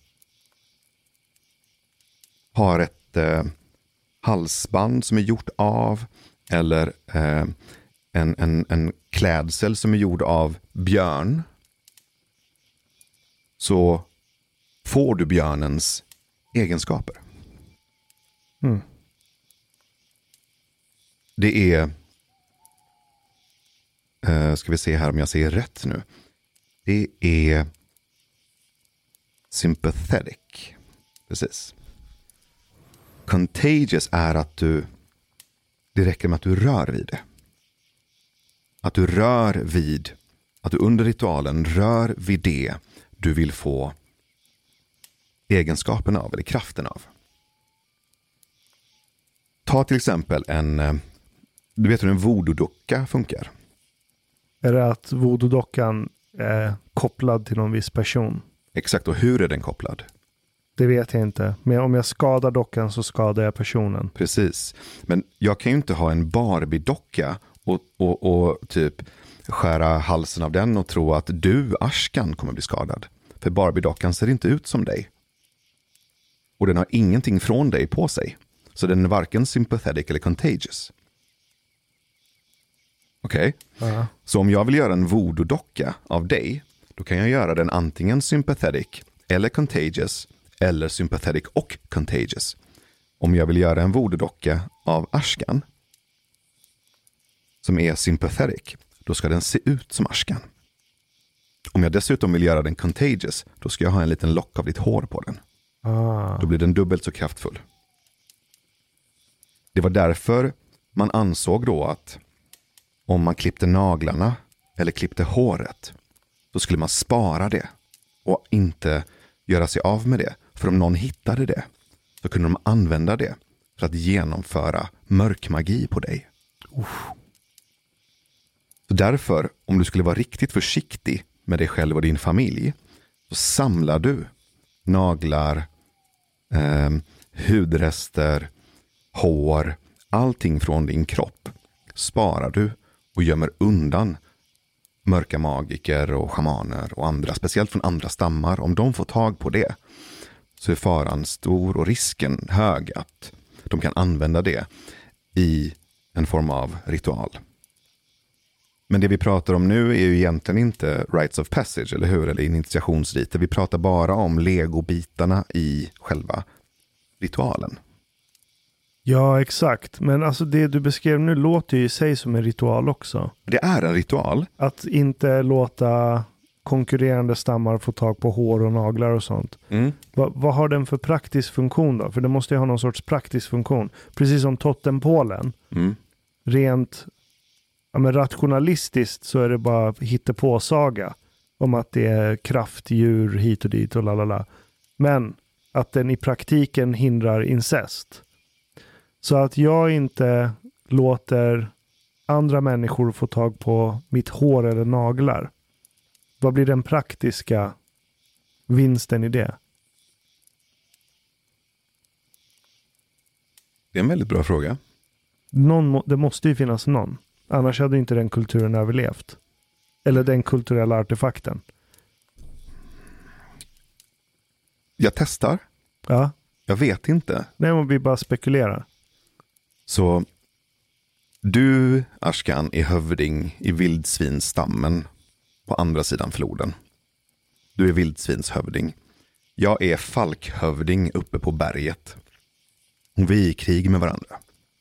har ett eh, halsband som är gjort av eller eh, en, en, en klädsel som är gjord av björn, så får du björnens egenskaper. Mm. Det är, eh, ska vi se här om jag säger rätt nu. Det är sympathetic. Precis. Contagious är att du, det räcker med att du rör vid det. Att du rör vid, att du under ritualen rör vid det du vill få egenskapen av eller kraften av. Ta till exempel en, du vet hur en voodoo-docka funkar? Är det att voodoo-dockan är kopplad till någon viss person? Exakt, och hur är den kopplad? Det vet jag inte. Men om jag skadar dockan så skadar jag personen. Precis. Men jag kan ju inte ha en Barbie-docka och, och, och typ skära halsen av den och tro att du, Ashkan, kommer bli skadad. För Barbie-dockan ser inte ut som dig. Och den har ingenting från dig på sig. Så den är varken sympathetic eller contagious. Okej? Okay? Uh-huh. Så om jag vill göra en voodoo-docka av dig, då kan jag göra den antingen sympathetic eller contagious eller sympathetic och contagious. Om jag vill göra en voodoo-docka av Ashkan som är sympathetic, då ska den se ut som Ashkan. Om jag dessutom vill göra den contagious, då ska jag ha en liten lock av ditt hår på den. Ah. Då blir den dubbelt så kraftfull. Det var därför man ansåg då att om man klippte naglarna eller klippte håret, då skulle man spara det och inte göra sig av med det. För om någon hittade det, så kunde de använda det för att genomföra mörkmagi på dig. Uff. Så därför, om du skulle vara riktigt försiktig med dig själv och din familj, så samlar du naglar, eh, hudrester, hår, allting från din kropp sparar du och gömmer undan mörka magiker och shamaner och andra, speciellt från andra stammar. Om de får tag på det, så är faran stor och risken hög att de kan använda det i en form av ritual. Men det vi pratar om nu är ju egentligen inte rites of passage, eller hur? Eller initiationsriter. Vi pratar bara om legobitarna i själva ritualen. Ja, exakt. Men alltså det du beskrev nu låter ju i sig som en ritual också. Det är en ritual. Att inte låta konkurrerande stammar få tag på hår och naglar och sånt. Mm. Va, vad har den för praktisk funktion då? För det måste ju ha någon sorts praktisk funktion. Precis som totempålen. Mm. Rent ja, men rationalistiskt så är det bara hittepåsaga om att det är kraftdjur hit och dit och lalala. Men att den i praktiken hindrar incest. Så att jag inte låter andra människor få tag på mitt hår eller naglar. Vad blir den praktiska vinsten i det? Det är en väldigt bra fråga. Någon, det måste ju finnas någon. Annars hade inte den kulturen överlevt. Eller den kulturella artefakten. Jag testar. Ja. Jag vet inte. Nej, men vi bara spekulerar. Så du, Ashkan, är hövding i vildsvinsstammen på andra sidan floden. Du är vildsvinshövding. Jag är falkhövding uppe på berget. Och vi är i krig med varandra.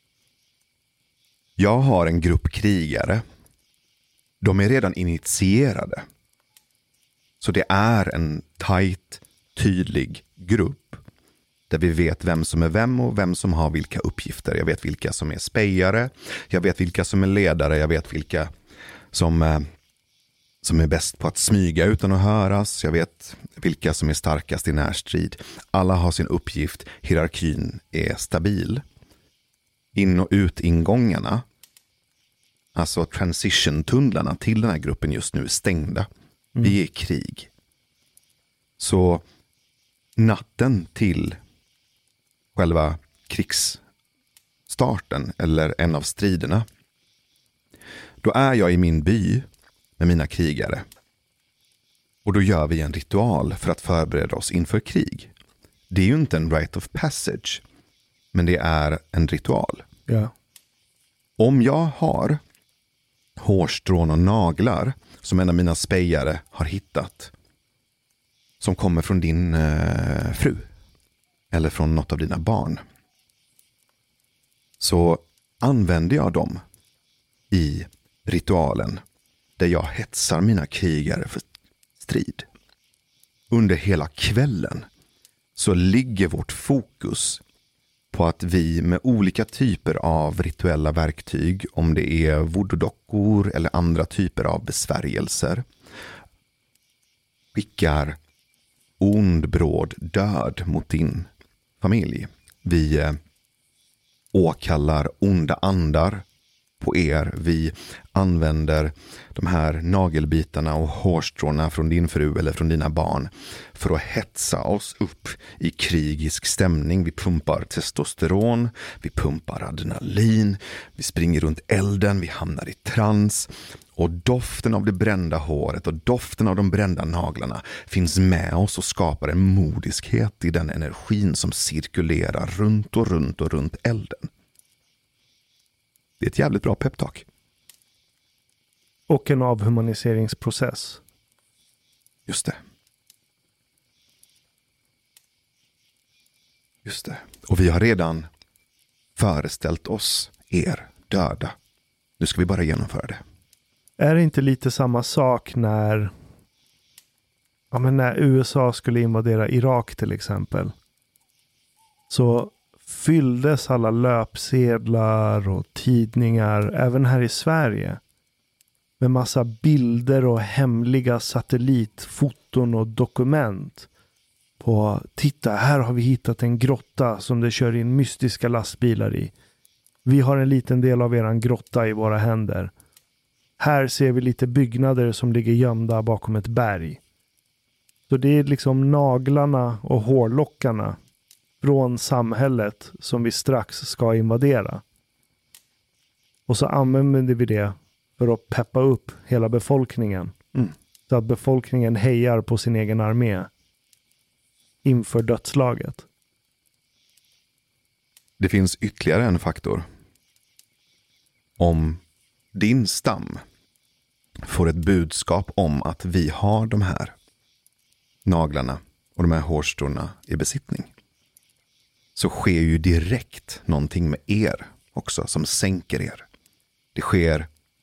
Jag har en grupp krigare. De är redan initierade. Så det är en tajt, tydlig grupp. Där vi vet vem som är vem och vem som har vilka uppgifter. Jag vet vilka som är spejare. Jag vet vilka som är ledare. Jag vet vilka som, eh, som är bäst på att smyga utan att höras. Jag vet vilka som är starkast i närstrid. Alla har sin uppgift. Hierarkin är stabil. In- och utingångarna, alltså transition-tunnlarna till den här gruppen just nu är stängda. Mm. Vi är i krig. Så natten till själva krigs, starten eller en av striderna. Då är jag i min by med mina krigare. Och då gör vi en ritual för att förbereda oss inför krig. Det är ju inte en rite of passage, men det är en ritual. Ja. Om jag har hårstrån och naglar som en av mina spejare har hittat, som kommer från din eh, fru eller från något av dina barn, så använder jag dem i ritualen där jag hetsar mina krigare för strid. Under hela kvällen så ligger vårt fokus på att vi med olika typer av rituella verktyg, om det är voodoo-dockor eller andra typer av besvärjelser, skickar ond bråd död mot din familj. Vi eh, åkallar onda andar på er. Vi använder de här nagelbitarna och hårstråna från din fru eller från dina barn för att hetsa oss upp i krigisk stämning. Vi pumpar testosteron, vi pumpar adrenalin, vi springer runt elden, vi hamnar i trans. Och doften av det brända håret och doften av de brända naglarna finns med oss och skapar en modiskhet i den energin som cirkulerar runt och runt och runt elden. Det är ett jävligt bra peptalk. Och en avhumaniseringsprocess. Just det. Just det. Och vi har redan föreställt oss er döda. Nu ska vi bara genomföra det. Är det inte lite samma sak när, ja, men när U S A skulle invadera Irak till exempel? Så fylldes alla löpsedlar och tidningar, även här i Sverige, med massa bilder och hemliga satellitfoton och dokument på, titta, här har vi hittat en grotta som det kör in mystiska lastbilar i. Vi har en liten del av eran grotta i våra händer. Här ser vi lite byggnader som ligger gömda bakom ett berg. Så det är liksom naglarna och hårlockarna från samhället som vi strax ska invadera. Och så använder vi det för att peppa upp hela befolkningen. Mm. Så att befolkningen hejar på sin egen armé inför dödslaget. Det finns ytterligare en faktor. Om din stam får ett budskap om att vi har de här naglarna och de här hårstråna i besittning, så sker ju direkt någonting med er också som sänker er. Det sker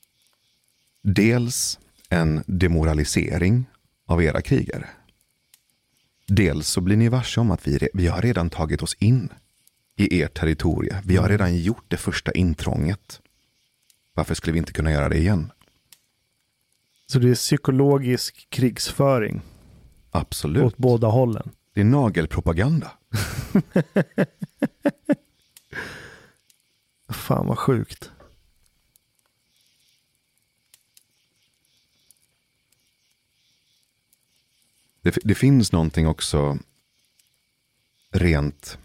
dels en demoralisering av era krigare. Dels så blir ni varse om att vi, vi har redan tagit oss in i er territorie. Vi har redan gjort det första intrånget. Varför skulle vi inte kunna göra det igen? Så det är psykologisk krigsföring. Absolut. Åt båda hållen. Det är nagelpropaganda. Fan vad sjukt. Det, det finns någonting också rent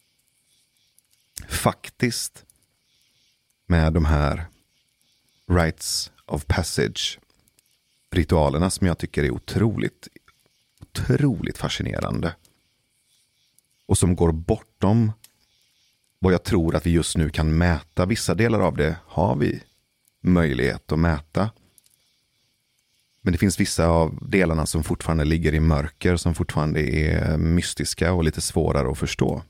faktiskt med de här rites of passage ritualerna som jag tycker är otroligt otroligt fascinerande och som går bortom vad jag tror att vi just nu kan mäta. Vissa delar av det har vi möjlighet att mäta, men det finns vissa av delarna som fortfarande ligger i mörker, som fortfarande är mystiska och lite svårare att förstå.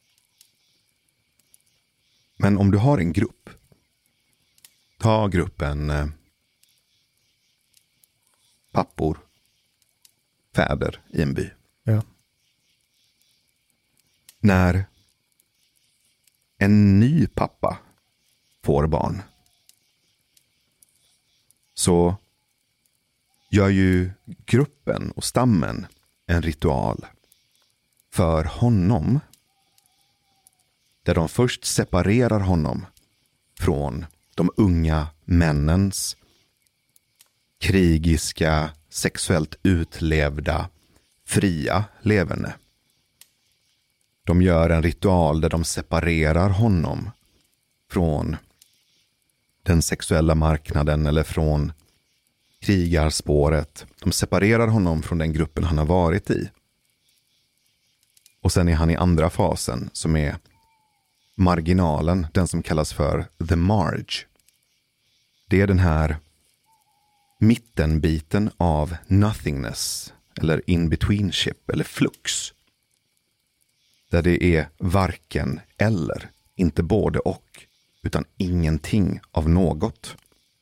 Men om du har en grupp, ta gruppen eh, pappor, fäder i en by. Ja. När en ny pappa får barn så gör ju gruppen och stammen en ritual för honom där de först separerar honom från de unga männens krigiska, sexuellt utlevda, fria levande. De gör en ritual där de separerar honom från den sexuella marknaden eller från krigarspåret. De separerar honom från den gruppen han har varit i. Och sen är han i andra fasen som är marginalen, den som kallas för the marge. Det är den här mittenbiten av nothingness eller in-betweenship eller flux. Där det är varken eller, inte både och, utan ingenting av något.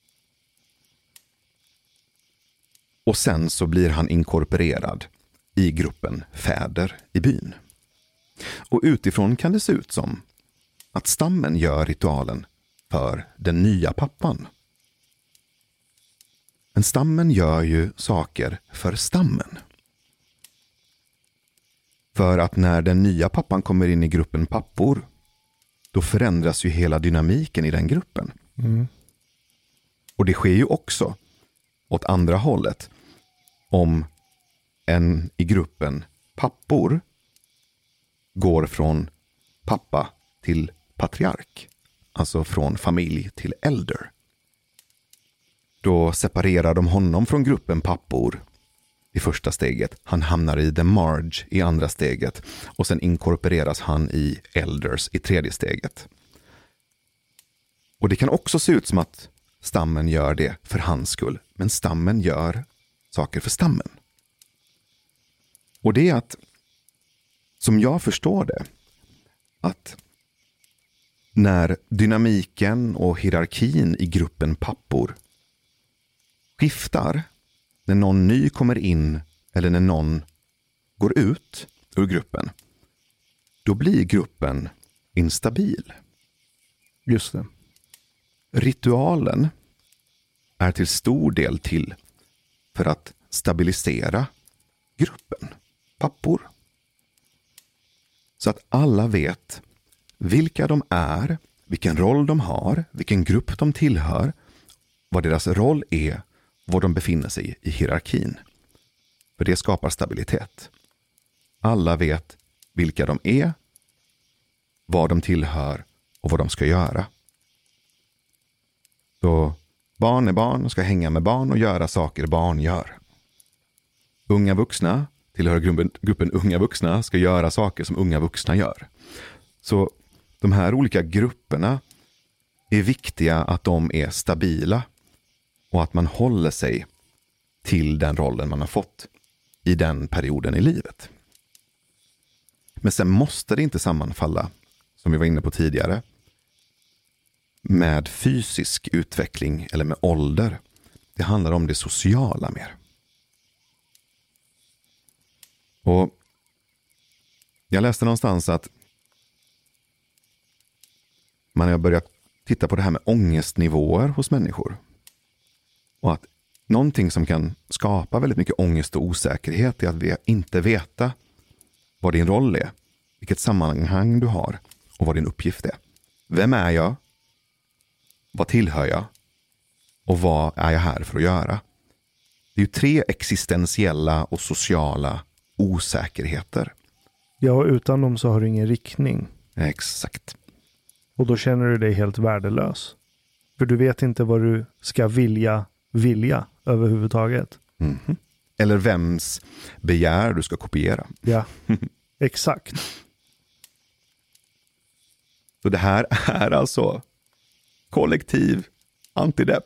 Och sen så blir han inkorporerad i gruppen fäder i byn. Och utifrån kan det se ut som att stammen gör ritualen för den nya pappan. Men stammen gör ju saker för stammen. För att när den nya pappan kommer in i gruppen pappor, då förändras ju hela dynamiken i den gruppen. Mm. Och det sker ju också åt andra hållet. Om en i gruppen pappor går från pappa till patriark, alltså från familj till elder. Då separerar de honom från gruppen pappor i första steget. Han hamnar i the marge i andra steget. Och sen inkorporeras han i elders i tredje steget. Och det kan också se ut som att stammen gör det för hans skull. Men stammen gör saker för stammen. Och det är att, som jag förstår det, att när dynamiken och hierarkin i gruppen pappor skiftar, när någon ny kommer in eller när någon går ut ur gruppen, då blir gruppen instabil. Just det. Ritualen är till stor del till för att stabilisera gruppen, pappor. Så att alla vet vilka de är, vilken roll de har, vilken grupp de tillhör, vad deras roll är, var de befinner sig i hierarkin. För det skapar stabilitet. Alla vet vilka de är, vad de tillhör och vad de ska göra. Så barn är barn och ska hänga med barn och göra saker barn gör. Unga vuxna tillhör gruppen, gruppen unga vuxna ska göra saker som unga vuxna gör. Så de här olika grupperna är viktiga att de är stabila och att man håller sig till den rollen man har fått i den perioden i livet. Men sen måste det inte sammanfalla, som vi var inne på tidigare, med fysisk utveckling eller med ålder. Det handlar om det sociala mer. Och jag läste någonstans att man har börjat titta på det här med ångestnivåer hos människor. Och att någonting som kan skapa väldigt mycket ångest och osäkerhet är att vi inte veta vad din roll är, vilket sammanhang du har och vad din uppgift är. Vem är jag? Vad tillhör jag? Och vad är jag här för att göra? Det är ju tre existentiella och sociala osäkerheter. Ja, och utan dem så har du ingen riktning. Exakt. Och då känner du dig helt värdelös. För du vet inte vad du ska vilja vilja överhuvudtaget. Mm-hmm. Eller vems begär du ska kopiera. Ja, exakt. Så det här är alltså kollektiv antidepp.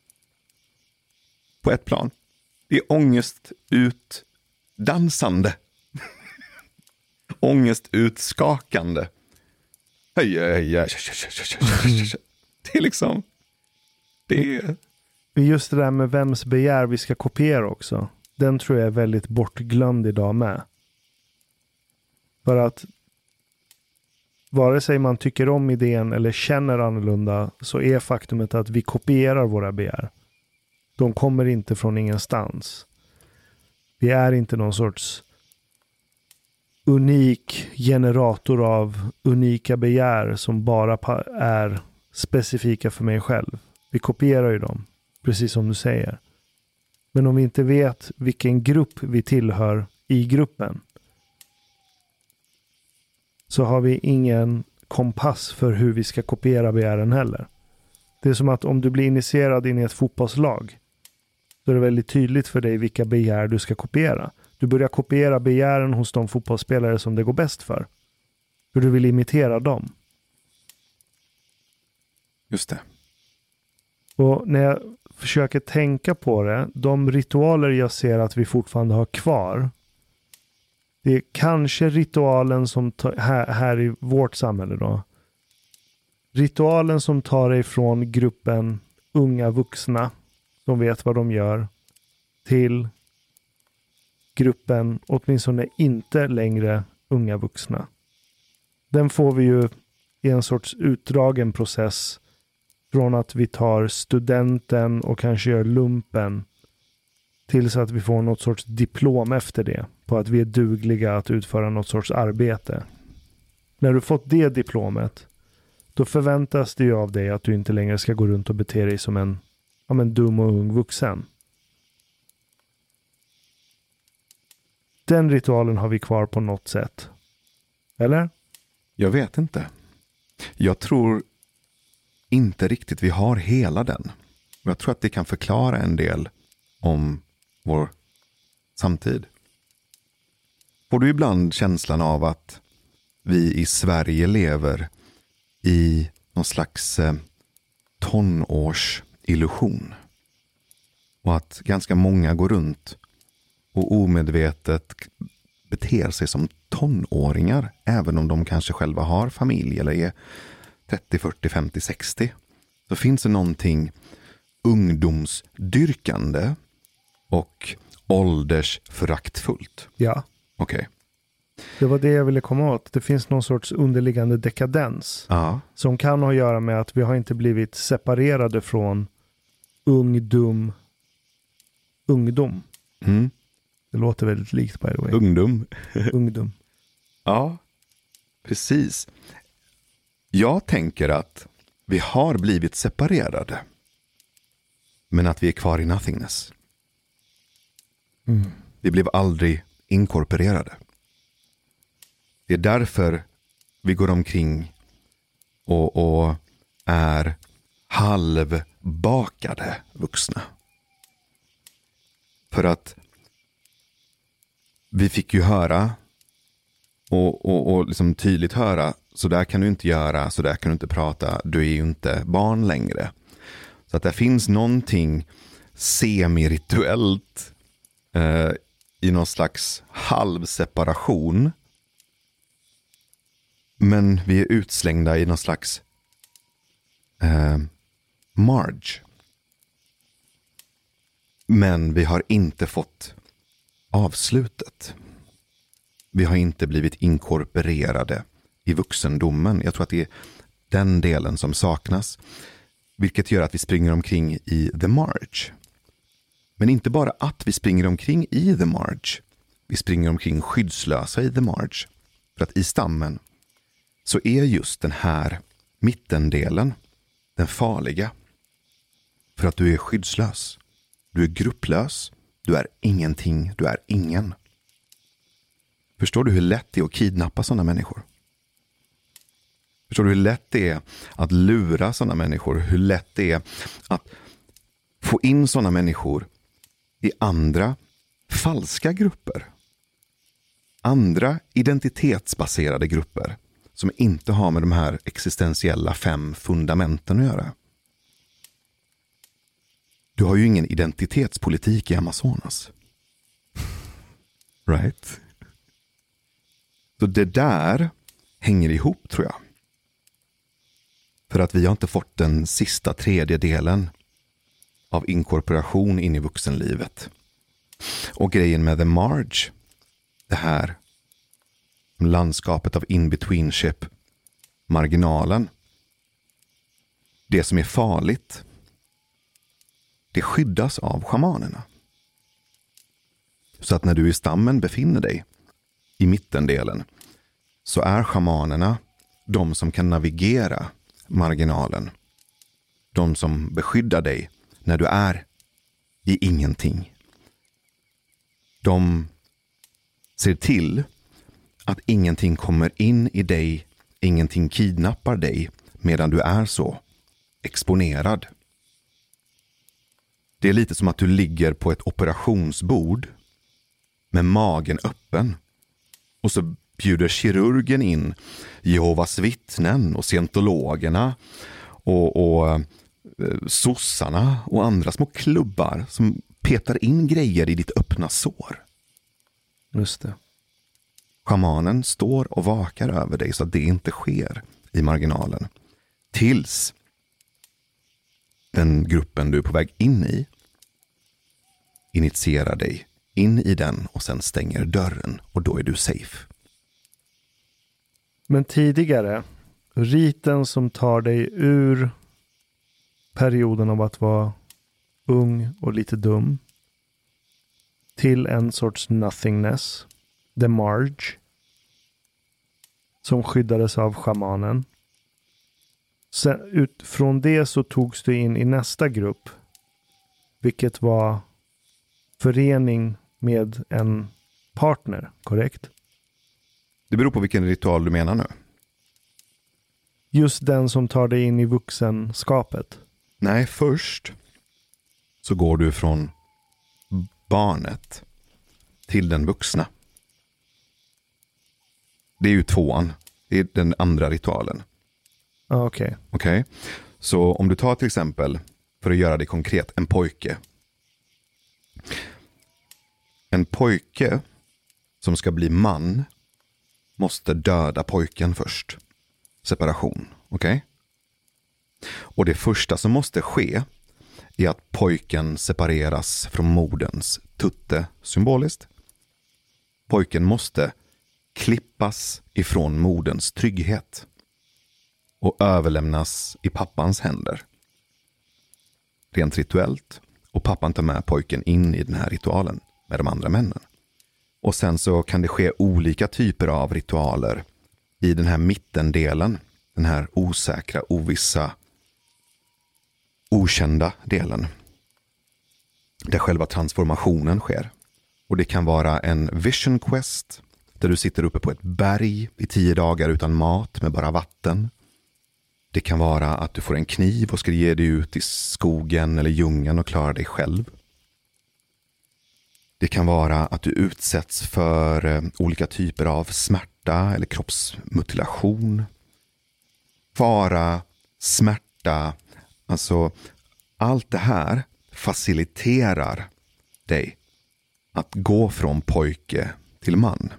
På ett plan. Det är ångest ut dansande. Ångest utskakande. Hej, hej, hej. Det är liksom det är... Just det där med vems begär vi ska kopiera också. Den tror jag är väldigt bortglömd idag med. För att vare sig man tycker om idén eller känner annorlunda så är faktumet att vi kopierar våra begär. De kommer inte från ingenstans. Vi är inte någon sorts unik generator av unika begär som bara är specifika för mig själv. Vi kopierar ju dem, precis som du säger. Men om vi inte vet vilken grupp vi tillhör i gruppen så har vi ingen kompass för hur vi ska kopiera begären heller. Det är som att om du blir initierad in i ett fotbollslag, så är det väldigt tydligt för dig vilka begär du ska kopiera. Du börjar kopiera begären hos de fotbollsspelare som det går bäst för. För du vill imitera dem. Just det. Och när jag försöker tänka på det, de ritualer jag ser att vi fortfarande har kvar, det är kanske ritualen som tar, här, här i vårt samhälle då. Ritualen som tar dig från gruppen unga vuxna som vet vad de gör till gruppen åtminstone inte längre unga vuxna. Den får vi ju i en sorts utdragen process från att vi tar studenten och kanske gör lumpen tills att vi får något sorts diplom efter det på att vi är dugliga att utföra något sorts arbete. När du fått det diplomet, då förväntas det ju av dig att du inte längre ska gå runt och bete dig som en, ja, men dum och ung vuxen. Den ritualen har vi kvar på något sätt. Eller? Jag vet inte. Jag tror inte riktigt vi har hela den. Jag tror att det kan förklara en del om vår samtid. Får du ibland känslan av att vi i Sverige lever i någon slags eh, tonårsillusion? Och att ganska många går runt och omedvetet beter sig som tonåringar, även om de kanske själva har familj eller är trettio, fyrtio, femtio, sextio. Så finns det någonting ungdomsdyrkande och åldersföraktfullt. Ja. Okej. Okay. Det var det jag ville komma åt. Det finns någon sorts underliggande dekadens. Ja. Som kan ha att göra med att vi har inte blivit separerade från ungdom. Ungdom. Mm. Det låter väldigt likt, by the way. Ungdom. Ungdom. Ja, precis. Jag tänker att vi har blivit separerade. Men att vi är kvar i nothingness. Mm. Vi blev aldrig inkorporerade. Det är därför vi går omkring och, och är halvbakade vuxna. För att vi fick ju höra och, och, och liksom tydligt höra, så där kan du inte göra, så där kan du inte prata, du är ju inte barn längre. Så att det finns någonting semirituellt eh, i någon slags halvseparation. Men vi är utslängda i någon slags eh, marge. Men vi har inte fått avslutet. Vi har inte blivit inkorporerade i vuxendomen. Jag tror att det är den delen som saknas. Vilket gör att vi springer omkring i the marge. Men inte bara att vi springer omkring i the marge. Vi springer omkring skyddslösa i the marge. För att i stammen så är just den här mittendelen den farliga. För att du är skyddslös. Du är grupplös. Du är ingenting. Du är ingen. Förstår du hur lätt det är att kidnappa sådana människor? Förstår du hur lätt det är att lura sådana människor? Hur lätt det är att få in sådana människor i andra falska grupper? Andra identitetsbaserade grupper som inte har med de här existentiella fem fundamenten att göra. Du har ju ingen identitetspolitik i Amazonas. Right? Så det där hänger ihop, tror jag. För att vi har inte fått den sista tredjedelen av inkorporation in i vuxenlivet. Och grejen med the marge, det här landskapet av in-betweenship, marginalen, det som är farligt, det skyddas av schamanerna. Så att när du i stammen befinner dig i mittendelen, så är schamanerna de som kan navigera marginalen. De som beskyddar dig när du är i ingenting. De ser till att ingenting kommer in i dig ingenting kidnappar dig medan du är så exponerad. Det är lite som att du ligger på ett operationsbord med magen öppen. Och så bjuder kirurgen in Jehovas vittnen och scientologerna och, och eh, sossarna och andra små klubbar som petar in grejer i ditt öppna sår. Just det. Schamanen står och vakar över dig så att det inte sker i marginalen. Tills den gruppen du är på väg in i initierar dig in i den och sen stänger dörren och då är du safe. Men tidigare, riten som tar dig ur perioden av att vara ung och lite dum till en sorts nothingness, the Marge, som skyddades av schamanen. Sen, utifrån det så togs du in i nästa grupp, vilket var förening med en partner, korrekt? Det beror på vilken ritual du menar nu. Just den som tar dig in i vuxenskapet. Nej, först så går du från barnet till den vuxna. Det är ju tvåan. Det är den andra ritualen. Ah, okej. Okay. Okej. Okay? Så om du tar till exempel, för att göra det konkret, en pojke. En pojke som ska bli man måste döda pojken först. Separation. Okej? Okay? Och det första som måste ske är att pojken separeras från moderns tutte symboliskt. Pojken måste klippas ifrån moderns trygghet och överlämnas i pappans händer. Rent rituellt. Och pappan tar med pojken in i den här ritualen med de andra männen. Och sen så kan det ske olika typer av ritualer i den här mittendelen. Den här osäkra, ovissa, okända delen. Där själva transformationen sker. Och det kan vara en vision quest där du sitter uppe på ett berg i tio dagar utan mat med bara vatten. Det kan vara att du får en kniv och ska ge dig ut i skogen eller djungeln och klara dig själv. Det kan vara att du utsätts för eh, olika typer av smärta eller kroppsmutilation. Fara, smärta, alltså allt det här faciliterar dig att gå från pojke till man.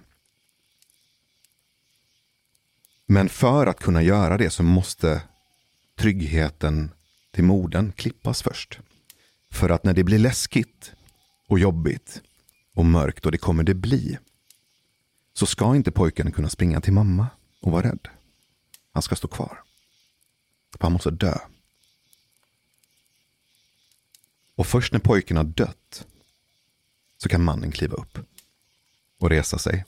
Men för att kunna göra det så måste tryggheten till modern klippas först. För att när det blir läskigt och jobbigt och mörkt, och det kommer det bli, så ska inte pojken kunna springa till mamma och vara rädd. Han ska stå kvar. Han måste dö. Och först när pojken har dött så kan mannen kliva upp och resa sig.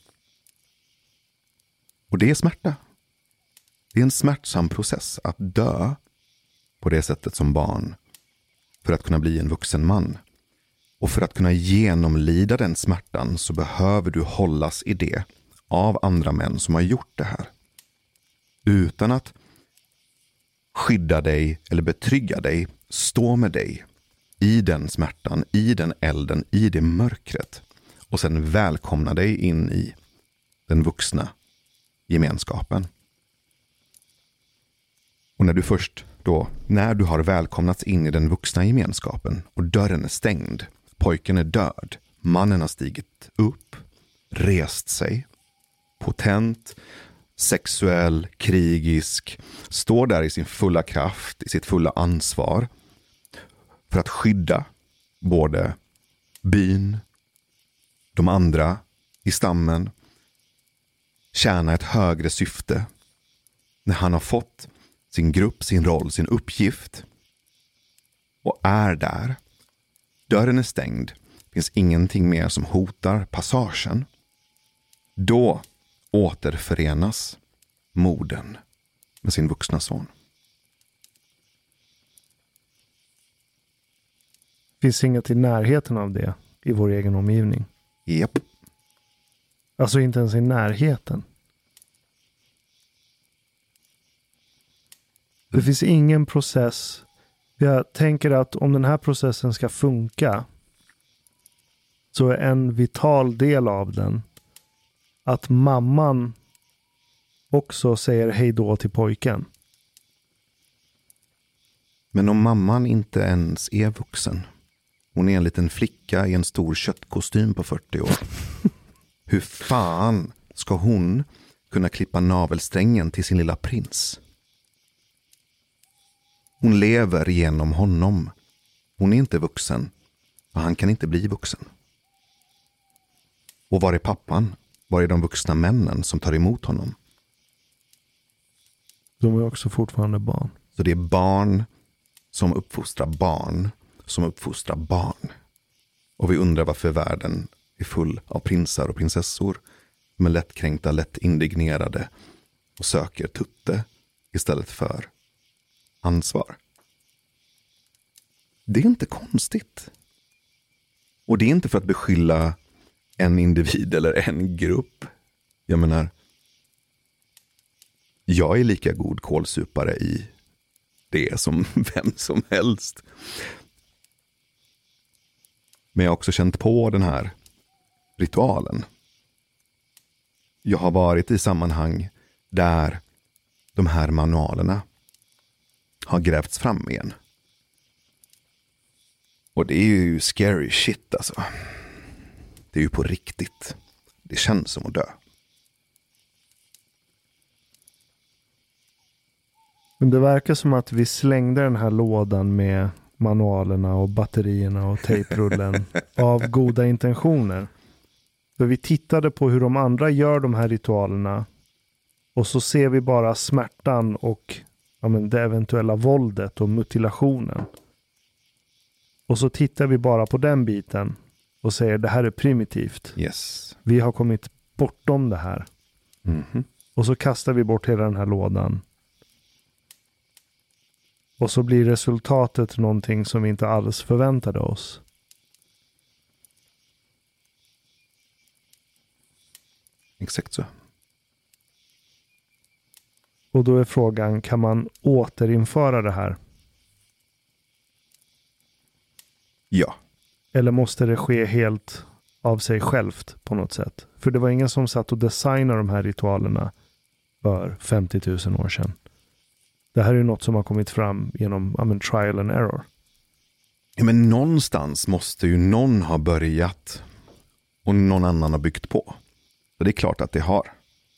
Och det är smärta. Det är en smärtsam process att dö på det sättet som barn för att kunna bli en vuxen man. Och för att kunna genomlida den smärtan så behöver du hållas i det av andra män som har gjort det här. Utan att skydda dig eller betrygga dig, stå med dig i den smärtan, i den elden, i det mörkret. Och sen välkomna dig in i den vuxna gemenskapen. Och när du först då, när du har välkomnats in i den vuxna gemenskapen och dörren är stängd, pojken är död, mannen har stigit upp, rest sig, potent, sexuell, krigisk, står där i sin fulla kraft, i sitt fulla ansvar för att skydda både byn, de andra i stammen, tjäna ett högre syfte. När han har fått sin grupp, sin roll, sin uppgift och är där, dörren är stängd, finns ingenting mer som hotar passagen, då återförenas modern med sin vuxna son. Finns inget i närheten av det i vår egen omgivning? Japp. Alltså inte ens i närheten. Det finns ingen process. Jag tänker att om den här processen ska funka så är en vital del av den att mamman också säger hej då till pojken. Men om mamman inte ens är vuxen, hon är en liten flicka i en stor köttkostym på fyrtio år. Hur fan ska hon kunna klippa navelsträngen till sin lilla prins? Hon lever genom honom. Hon är inte vuxen och han kan inte bli vuxen. Och var är pappan? Var är de vuxna männen som tar emot honom? De är också fortfarande barn. Så det är barn som uppfostrar barn som uppfostrar barn. Och vi undrar varför världen är full av prinsar och prinsessor som är lättkränkta, lätt indignerade och söker tutte istället för ansvar. Det är inte konstigt. Och det är inte för att beskylla en individ eller en grupp. Jag menar, jag är lika god kålsupare i det som vem som helst. Men jag har också känt på den här ritualen. Jag har varit i sammanhang där de här manualerna har grävts fram igen. Och det är ju scary shit alltså. Det är ju på riktigt. Det känns som att dö. Men det verkar som att vi slängde den här lådan med manualerna och batterierna och tejprullen av goda intentioner. För vi tittade på hur de andra gör de här ritualerna och så ser vi bara smärtan och ja, men det eventuella våldet och mutilationen. Och så tittar vi bara på den biten och säger det här är primitivt. Yes. Vi har kommit bortom det här. Mm-hmm. Och så kastar vi bort hela den här lådan. Och så blir resultatet någonting som vi inte alls förväntade oss. Exakt så. Och då är frågan, kan man återinföra det här? Ja. Eller måste det ske helt av sig självt på något sätt? För det var ingen som satt och designade de här ritualerna för femtio tusen år sedan. Det här är något som har kommit fram genom I mean, trial and error. Ja, men någonstans måste ju någon ha börjat och någon annan har byggt på. Och det är klart att det har.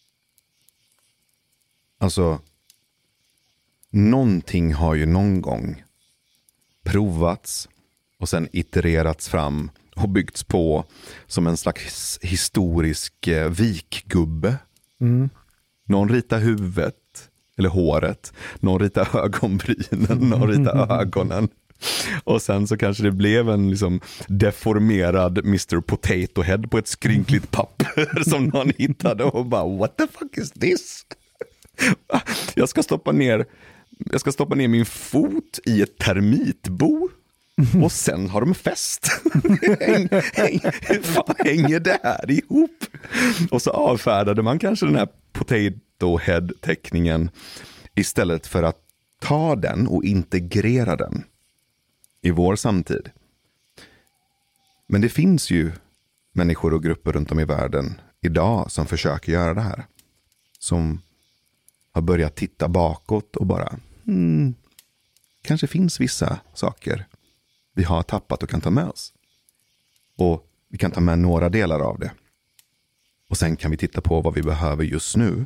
Alltså, någonting har ju någon gång provats och sen itererats fram och byggts på som en slags historisk eh, vikgubbe. Mm. Någon ritar huvudet eller håret, någon ritar ögonbrynen, någon ritar ögonen. Och sen så kanske det blev en liksom deformerad mister Potato Head på ett skrynkligt papper som någon hittade och bara, what the fuck is this? Jag ska stoppa ner jag ska stoppa ner min fot i ett termitbo och sen har de fest. häng, häng, hur fan hänger det här ihop? Och så avfärdade man kanske den här Potato Head-teckningen istället för att ta den och integrera den i vår samtid. Men det finns ju människor och grupper runt om i världen idag som försöker göra det här. Som har börjat titta bakåt och bara hmm, kanske finns vissa saker vi har tappat och kan ta med oss. Och vi kan ta med några delar av det. Och sen kan vi titta på vad vi behöver just nu.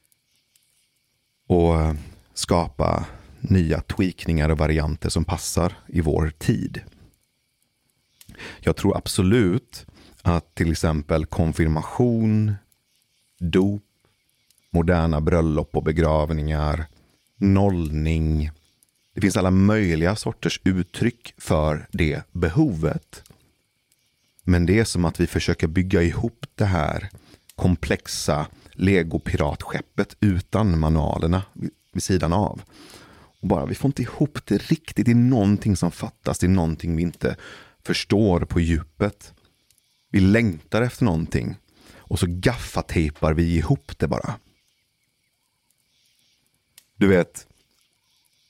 Och skapa nya tweakningar och varianter som passar i vår tid. Jag tror absolut att till exempel konfirmation, dop, moderna bröllop och begravningar, nollning. Det finns alla möjliga sorters uttryck för det behovet. Men det är som att vi försöker bygga ihop det här komplexa Lego-piratskeppet utan manualerna vid sidan av. Och bara vi får inte ihop det riktigt. Det är någonting som fattas. Det är någonting vi inte förstår på djupet. Vi längtar efter någonting. Och så gaffatejpar vi ihop det bara. Du vet,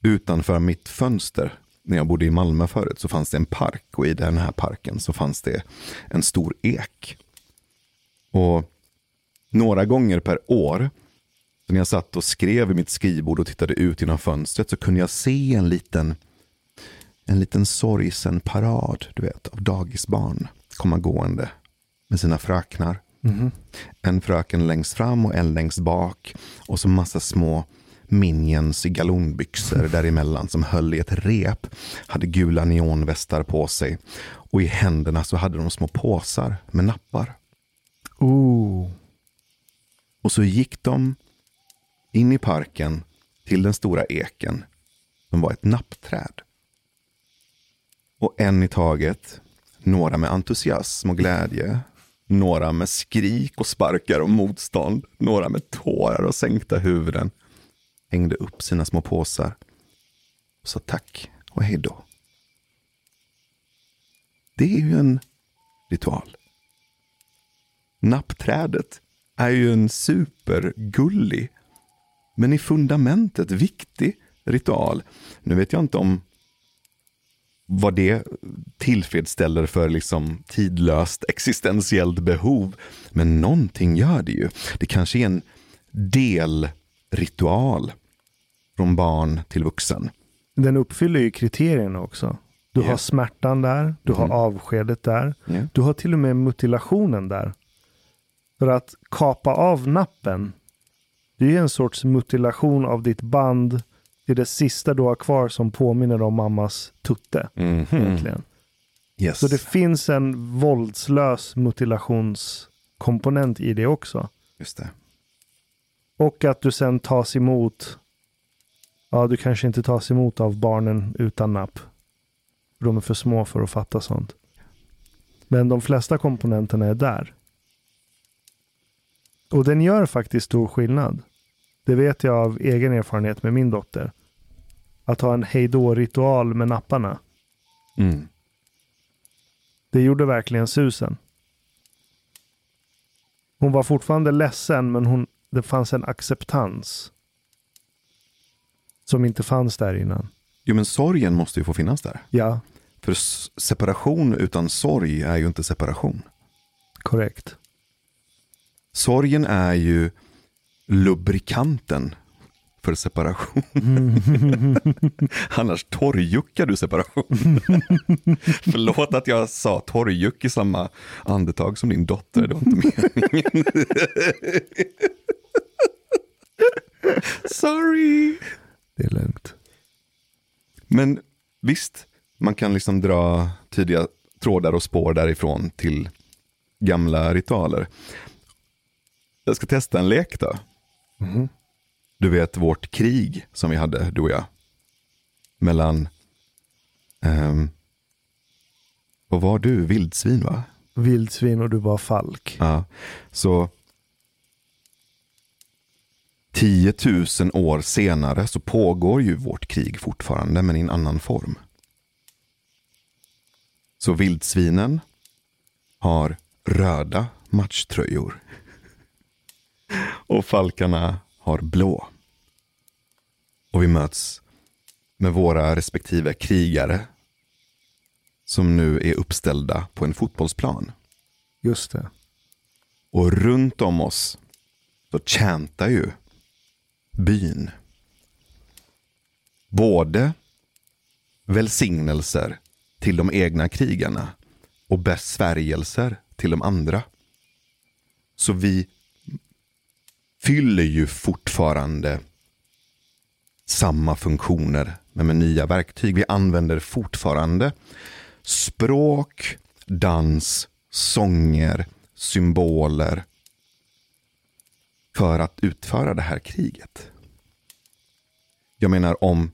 utanför mitt fönster när jag bodde i Malmö förut så fanns det en park, och i den här parken så fanns det en stor ek. Och några gånger per år när jag satt och skrev i mitt skrivbord och tittade ut genom fönstret så kunde jag se en liten en liten sorgsen parad, du vet, av dagisbarn komma gående med sina fröknar. Mm. En fröken längst fram och en längst bak, och så massa små minions i galonbyxor däremellan som höll i ett rep, hade gula neonvästar på sig, och i händerna så hade de små påsar med nappar. Ooh. Och så gick de in i parken till den stora eken som var ett nappträd. Och en i taget, några med entusiasm och glädje, några med skrik och sparkar och motstånd, några med tårar och sänkta huvuden, hängde upp sina små påsar och sa tack och hej då. Det är ju en ritual. Nappträdet är ju en supergullig, men i fundamentet viktig ritual. Nu vet jag inte om vad det tillfredsställer för liksom tidlöst existentiellt behov, men någonting gör det ju. Det kanske är en delritual från barn till vuxen. Den uppfyller ju kriterierna också. Du Yeah. har smärtan där, du Mm. har avskedet där, Yeah. du har till och med mutilationen där. För att kapa av nappen, det är en sorts mutilation av ditt band. Det är det sista du har kvar som påminner om mammas tutte. Mhm. Egentligen. Yes. Så det finns en våldslös mutilationskomponent i det också. Just det. Och att du sen tas emot. Ja, du kanske inte tas emot av barnen utan napp. De är för små för att fatta sånt. Men de flesta komponenterna är där. Och den gör faktiskt stor skillnad. Det vet jag av egen erfarenhet med min dotter. Att ha en hejdå-ritual med napparna. Mm. Det gjorde verkligen susen. Hon var fortfarande ledsen, men hon, det fanns en acceptans som inte fanns där innan. Jo, men sorgen måste ju få finnas där. Ja, För s- separation utan sorg är ju inte separation. korrekt. Sorgen är ju lubrikanten för separation. Annars torrjuckar du separation. Förlåt att jag sa torrjuck i samma andetag som din dotter. Det var inte meningen. Sorry. Det är lugnt. Men visst, man kan liksom dra tidiga trådar och spår därifrån till gamla ritualer. Jag ska testa en lek då. Mm. Du vet vårt krig som vi hade, du och jag. Mellan, um, vad var du? Vildsvin, va? Vildsvin och du var falk. Ja, så tiotusen år senare så pågår ju vårt krig fortfarande, men i en annan form. Så vildsvinen har röda matchtröjor. Och falkarna har blå. Och vi möts med våra respektive krigare som nu är uppställda på en fotbollsplan. Just det. Och runt om oss så chantar ju byn. Både välsignelser till de egna krigarna och besvärjelser till de andra. Så vi fyller ju fortfarande samma funktioner men med nya verktyg. Vi använder fortfarande språk, dans, sånger, symboler för att utföra det här kriget. Jag menar, om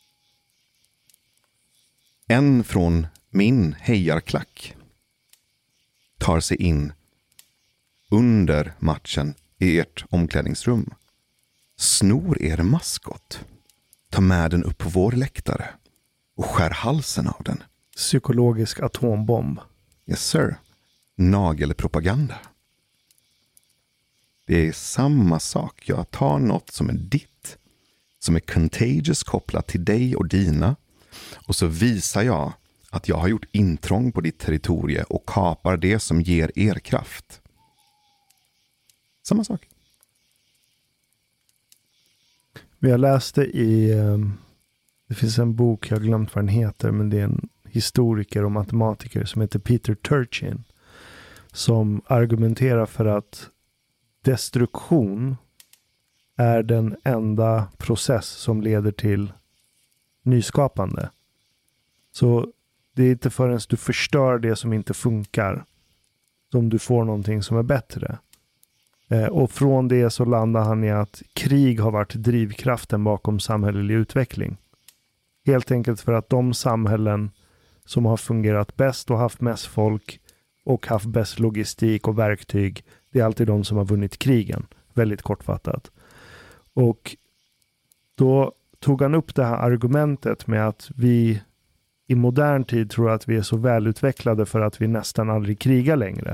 en från min hejarklack tar sig in under matchen i ert omklädningsrum, snor er maskot, tar med den upp på vår läktare och skär halsen av den. Psykologisk atombomb. Yes sir. Nagelpropaganda. Det är samma sak. Jag tar något som är ditt, som är contagious kopplat till dig och dina. Och så visar jag att jag har gjort intrång på ditt territorie och kapar det som ger er kraft. Samma sak. Jag läste i, det finns en bok, jag har glömt vad den heter, men det är en historiker och matematiker som heter Peter Turchin som argumenterar för att destruktion är den enda process som leder till nyskapande. Så det är inte förrän du förstör det som inte funkar som du får någonting som är bättre. Eh, och från det så landar han i att krig har varit drivkraften bakom samhällelig utveckling. Helt enkelt för att de samhällen som har fungerat bäst och haft mest folk och haft bäst logistik och verktyg, det är alltid de som har vunnit krigen. Väldigt kortfattat. Och då tog han upp det här argumentet med att vi i modern tid tror att vi är så välutvecklade för att vi nästan aldrig krigar längre.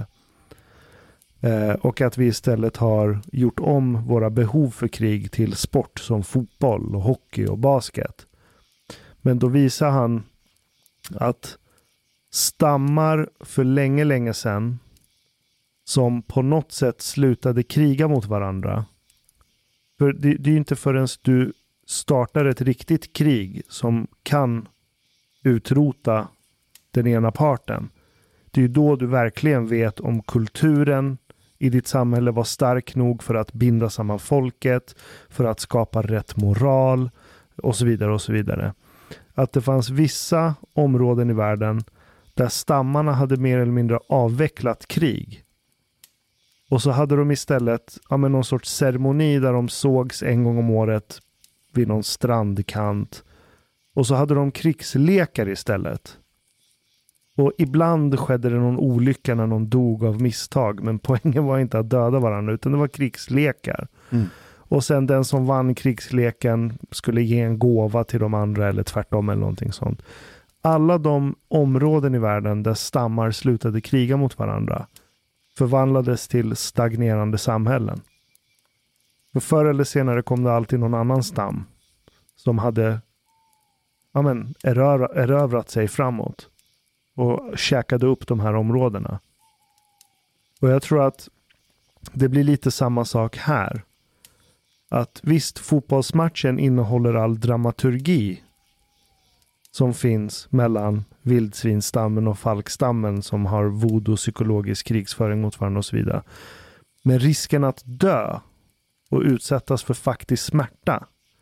Eh, och att vi istället har gjort om våra behov för krig till sport som fotboll och hockey och basket. Men då visar han att stammar för länge, länge sedan som på något sätt slutade kriga mot varandra. För det, det är ju inte förrän du startar ett riktigt krig som kan utrota den ena parten. Det är ju då du verkligen vet om kulturen i ditt samhälle var stark nog för att binda samman folket, för att skapa rätt moral och så vidare och så vidare. Att det fanns vissa områden i världen där stammarna hade mer eller mindre avvecklat krig. Och så hade de istället ja, men någon sorts ceremoni där de sågs en gång om året vid någon strandkant. Och så hade de krigslekar istället. Och ibland skedde det någon olycka när någon dog av misstag. Men poängen var inte att döda varandra utan det var krigslekar. Mm. Och sen den som vann krigsleken skulle ge en gåva till de andra eller tvärtom eller någonting sånt. Alla de områden i världen där stammar slutade kriga mot varandra förvandlades till stagnerande samhällen. För förr eller senare kom det alltid någon annan stam som hade ja men, erövra, erövrat sig framåt och käkade upp de här områdena. Och jag tror att det blir lite samma sak här. Att visst, fotbollsmatchen innehåller all dramaturgi som finns mellan vildsvinstammen och falkstammen som har voodoo-psykologisk krigsföring mot varandra och så vidare. Men risken att dö och utsättas för faktisk smärta,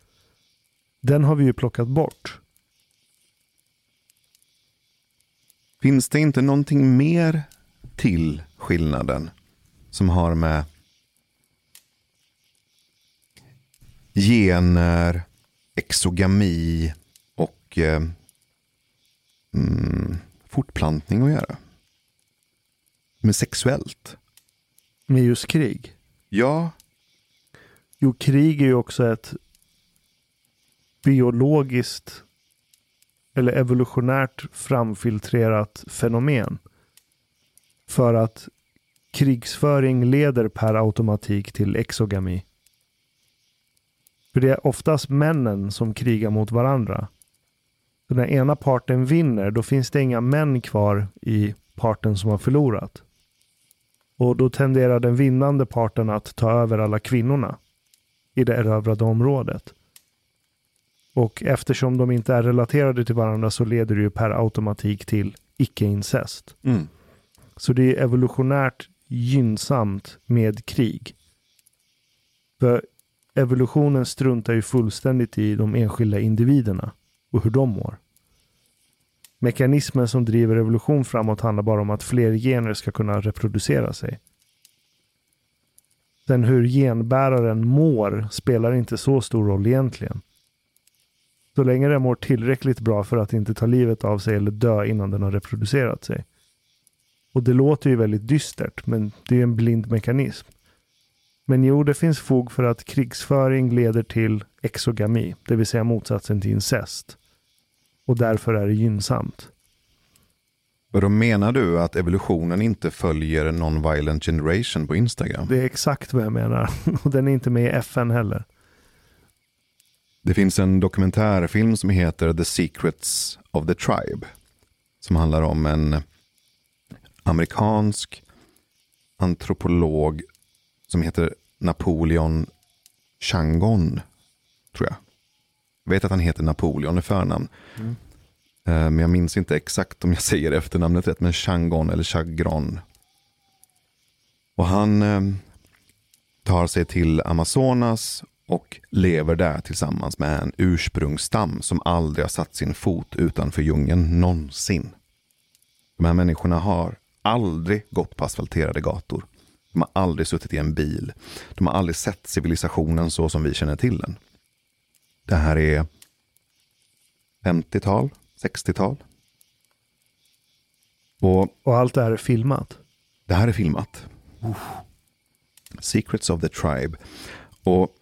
den har vi ju plockat bort. Finns det inte någonting mer till skillnaden som har med gener, exogami och eh, mm, fortplantning att göra? Med sexuellt? Med just krig? Ja. Jo, krig är ju också ett biologiskt eller evolutionärt framfiltrerat fenomen. För att krigsföring leder per automatik till exogami. För det är oftast männen som krigar mot varandra. Så när ena parten vinner, då finns det inga män kvar i parten som har förlorat. Och då tenderar den vinnande parten att ta över alla kvinnorna i det erövrade området. Och eftersom de inte är relaterade till varandra så leder det ju per automatik till icke-incest. Mm. Så det är evolutionärt gynnsamt med krig. För evolutionen struntar ju fullständigt i de enskilda individerna och hur de mår. Mekanismen som driver evolution framåt handlar bara om att fler gener ska kunna reproducera sig. Sen hur genbäraren mår spelar inte så stor roll egentligen. Så länge den mår tillräckligt bra för att inte ta livet av sig eller dö innan den har reproducerat sig. Och det låter ju väldigt dystert, men det är en blind mekanism. Men jo, det finns fog för att krigsföring leder till exogami, det vill säga motsatsen till incest. Och därför är det gynnsamt. Och då menar du att evolutionen inte följer non-violent generation på Instagram? Det är exakt vad jag menar. Och den är inte med i F N heller. Det finns en dokumentärfilm som heter The Secrets of the Tribe. Som handlar om en amerikansk antropolog som heter Napoleon Changon, tror jag. Jag vet att han heter Napoleon i förnamn. Mm. Men jag minns inte exakt om jag säger efternamnet rätt, men Changon eller Chagron. Och han eh, tar sig till Amazonas och lever där tillsammans med en ursprungsstam som aldrig har satt sin fot utanför djungeln någonsin. De här människorna har aldrig gått på asfalterade gator. De har aldrig suttit i en bil. De har aldrig sett civilisationen så som vi känner till den. Det här är femtiotal, sextiotal. Och, och allt det här är filmat? Det här är filmat. Uh. Secrets of the Tribe. Och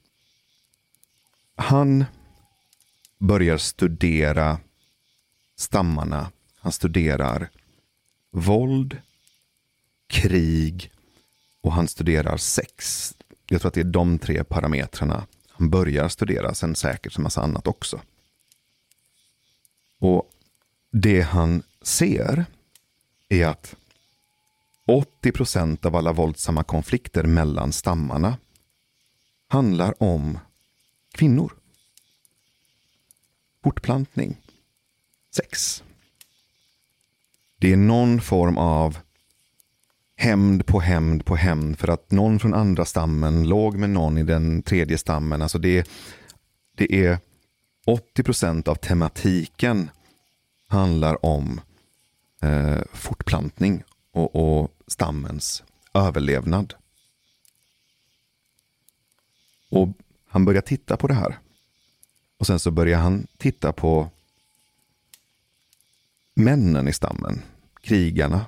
han börjar studera stammarna. Han studerar våld, krig och han studerar sex. Jag tror att det är de tre parametrarna han börjar studera, sen säkert en massa annat också. Och det han ser är att åttio procent av alla våldsamma konflikter mellan stammarna handlar om kvinnor. Fortplantning. Sex. Det är någon form av hämnd på hämnd på hämnd för att någon från andra stammen låg med någon i den tredje stammen. Alltså det, det är åttio procent av tematiken handlar om eh, fortplantning och, och stammens överlevnad. Och han börjar titta på det här. Och sen så börjar han titta på männen i stammen, krigarna.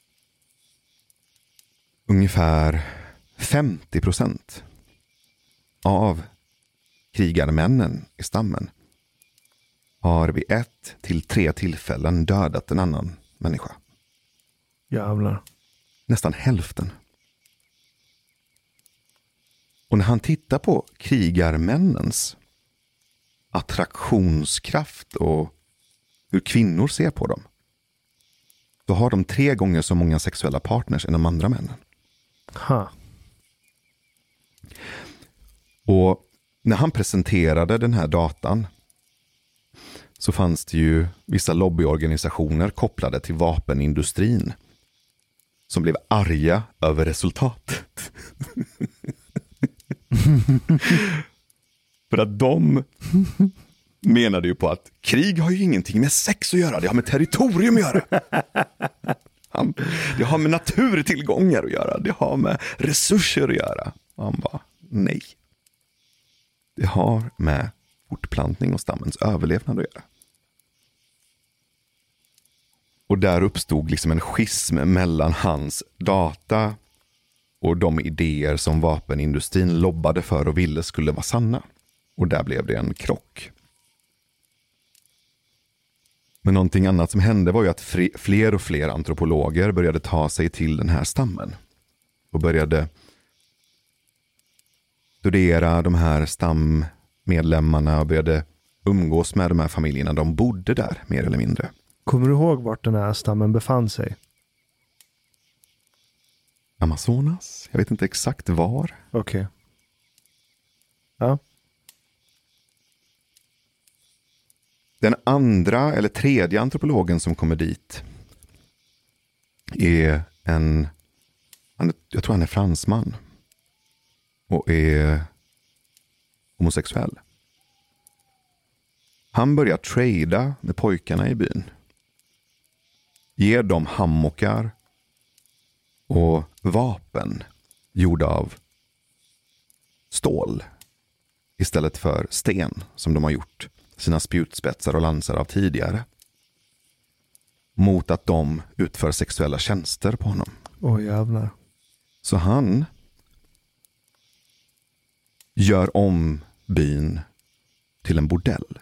Ungefär femtio procent av krigarmännen i stammen har vid ett till tre tillfällen dödat en annan människa. Jävlar. Nästan hälften. Och när han tittar på krigarmännens attraktionskraft och hur kvinnor ser på dem, då har de tre gånger så många sexuella partners än de andra männen. Ha. Och när han presenterade den här datan så fanns det ju vissa lobbyorganisationer kopplade till vapenindustrin som blev arga över resultatet. För att de menade ju på att krig har ju ingenting med sex att göra, det har med territorium att göra. Det har med naturtillgångar att göra, det har med resurser att göra. Han bara, nej. Det har med fortplantning och stammens överlevnad att göra. Och där uppstod liksom en schism mellan hans data och de idéer som vapenindustrin lobbade för och ville skulle vara sanna. Och där blev det en krock. Men någonting annat som hände var ju att fler och fler antropologer började ta sig till den här stammen. Och började studera de här stammedlemmarna och började umgås med de här familjerna. De bodde där mer eller mindre. Kommer du ihåg vart den här stammen befann sig? Amazonas? Jag vet inte exakt var. Okej. Okay. Ja. Den andra eller tredje antropologen som kommer dit är en, jag tror han är fransman och är homosexuell. Han börjar trada med pojkarna i byn. Ger dem hammockar och vapen gjorda av stål istället för sten som de har gjort sina spjutspetsar och lansar av tidigare. Mot att de utför sexuella tjänster på honom. Åh oh, jävlar. Så han gör om byn till en bordell.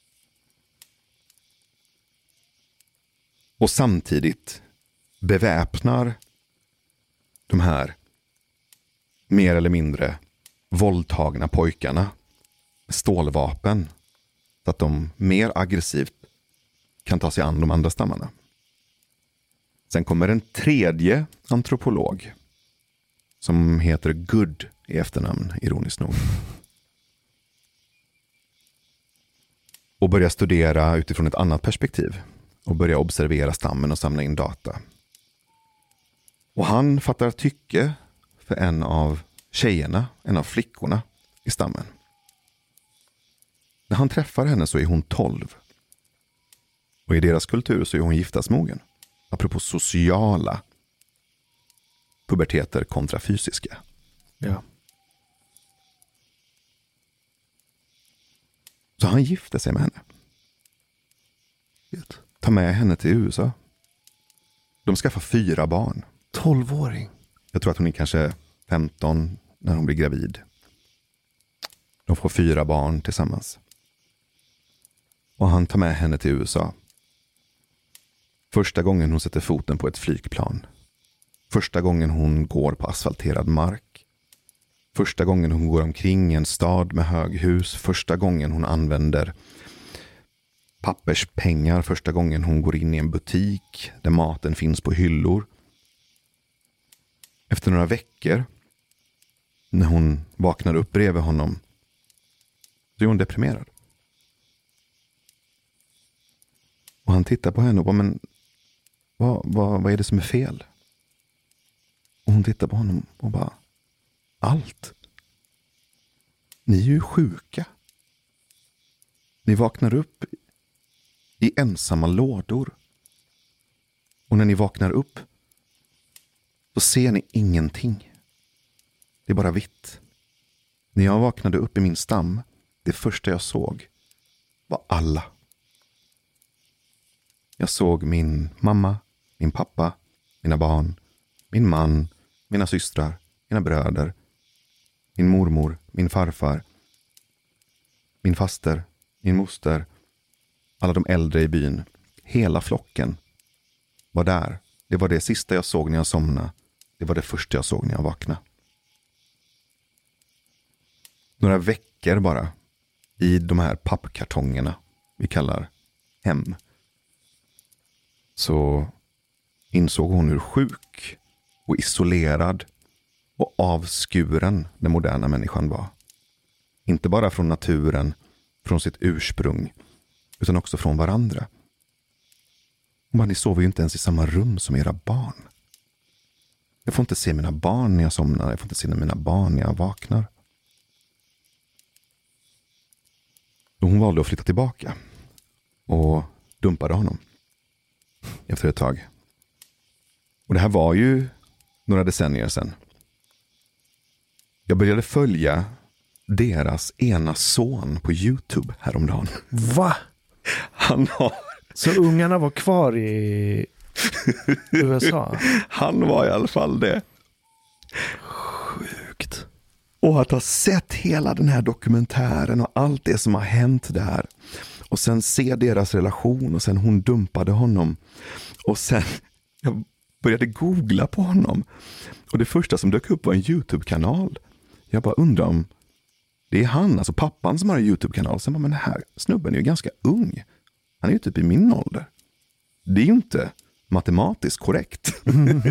Och samtidigt beväpnar de här mer eller mindre våldtagna pojkarna stålvapen så att de mer aggressivt kan ta sig an de andra stammarna. Sen kommer en tredje antropolog som heter Good i efternamn, ironiskt nog. Och börjar studera utifrån ett annat perspektiv och börjar observera stammen och samla in data. Och han fattar tycke för en av tjejerna, en av flickorna i stammen. När han träffar henne så är hon tolv. Och i deras kultur så är hon giftasmogen. Apropå sociala puberteter kontra fysiska. Ja. Så han gifte sig med henne. Ta med henne till U S A. De skaffar fyra barn. Tolvåring. Jag tror att hon är kanske femton när hon blir gravid. De får fyra barn tillsammans. Och han tar med henne till U S A. Första gången hon sätter foten på ett flygplan. Första gången hon går på asfalterad mark. Första gången hon går omkring i en stad med höghus. Första gången hon använder papperspengar. Första gången hon går in i en butik där maten finns på hyllor. Efter några veckor, när hon vaknar upp bredvid honom, så är hon deprimerad. Och han tittar på henne och bara, men vad, vad, vad är det som är fel? Och hon tittar på honom och bara, allt. Ni är ju sjuka. Ni vaknar upp i ensamma lådor. Och när ni vaknar upp så ser ni ingenting. Det är bara vitt. När jag vaknade upp i min stam, det första jag såg var alla. Jag såg min mamma, min pappa, mina barn, min man, mina systrar, mina bröder, min mormor, min farfar, min faster, min moster, alla de äldre i byn. Hela flocken var där. Det var det sista jag såg när jag somnade. Det var det första jag såg när jag vaknade. Några veckor bara i de här pappkartongerna vi kallar hem, så insåg hon hur sjuk och isolerad och avskuren den moderna människan var. Inte bara från naturen, från sitt ursprung, utan också från varandra. Men ni sover ju inte ens i samma rum som era barn. Jag får inte se mina barn när jag somnar. Jag får inte se mina barn när jag vaknar. Och hon valde att flytta tillbaka och dumpade honom efter ett tag. Och det här var ju några decennier sedan. Jag började följa deras ena son på YouTube häromdagen. Va? Han har... Så ungarna var kvar i U S A? Han var i alla fall det. Sjukt. Och att ha sett hela den här dokumentären och allt det som har hänt där. Och sen se deras relation och sen hon dumpade honom. Och sen jag började googla på honom. Och det första som dök upp var en YouTube-kanal. Jag bara undrar om det är han, alltså pappan som har en YouTube-kanal. Sen bara, men den här snubben är ju ganska ung. Han är ju typ i min ålder. Det är ju inte matematiskt korrekt.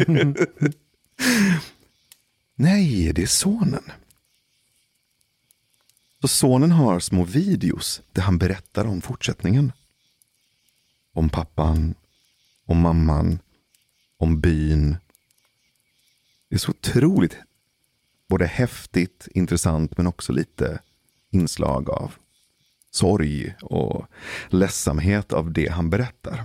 Nej, det är sonen. Så sonen har små videos där han berättar om fortsättningen. Om pappan, om mamman, om byn. Det är så otroligt både häftigt, intressant men också lite inslag av sorg och ledsamhet av det han berättar.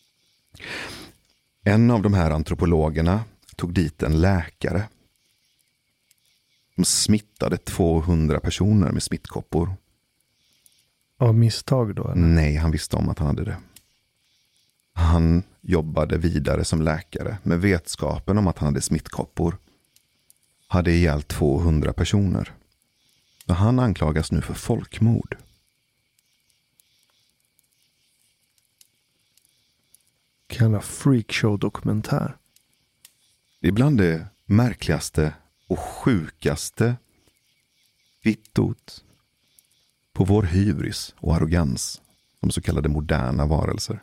En av de här antropologerna tog dit en läkare. De smittade tvåhundra personer med smittkoppor. Av misstag då? Eller? Nej, han visste om att han hade det. Han jobbade vidare som läkare med vetskapen om att han hade smittkoppor. Hade ihjäl tvåhundra personer. Och han anklagas nu för folkmord. Kalla freakshow-dokumentär. Det är bland det märkligaste och sjukaste kvittot på vår hybris och arrogans som så kallade moderna varelser.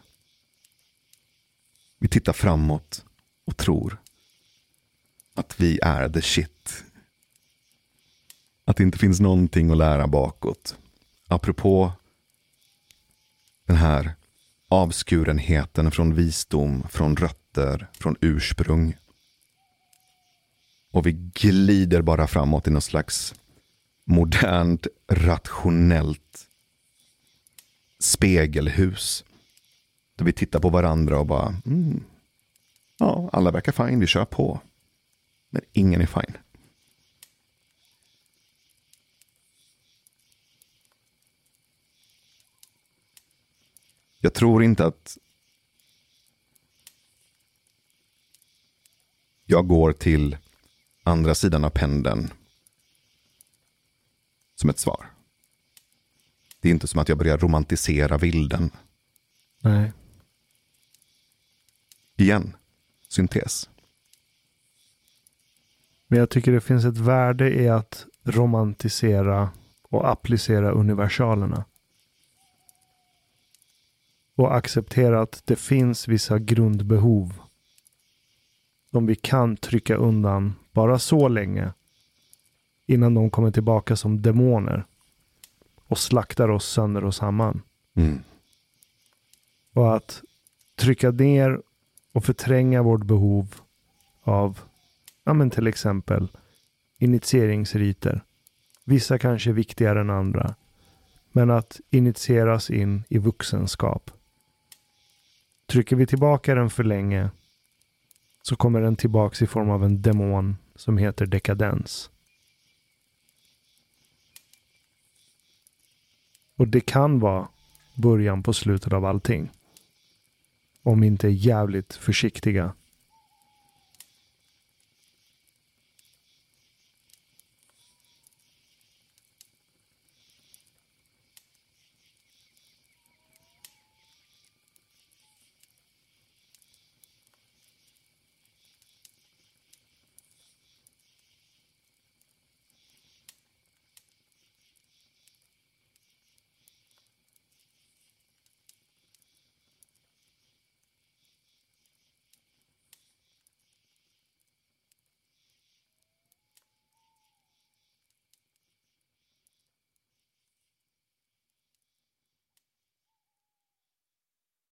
Vi tittar framåt och tror att vi är the shit. Att det inte finns någonting att lära bakåt. Apropå den här avskurenheten från visdom, från rötter, från ursprung. Och vi glider bara framåt i någon slags modernt, rationellt spegelhus. Där vi tittar på varandra och bara, mm, ja, alla verkar fine, vi kör på. Men ingen är fine. Jag tror inte att jag går till andra sidan av pendeln som ett svar. Det är inte som att jag börjar romantisera vilden. Nej. Igen, syntes. Men jag tycker det finns ett värde i att romantisera och applicera universalerna. Och acceptera att det finns vissa grundbehov som vi kan trycka undan bara så länge innan de kommer tillbaka som demoner och slaktar oss sönder och samman. Mm. Och att trycka ner och förtränga vårt behov av, ja men till exempel initieringsriter. Vissa kanske är viktigare än andra. Men att initieras in i vuxenskap. Trycker vi tillbaka den för länge så kommer den tillbaka i form av en demon som heter dekadens. Och det kan vara början på slutet av allting. Om vi inte är jävligt försiktiga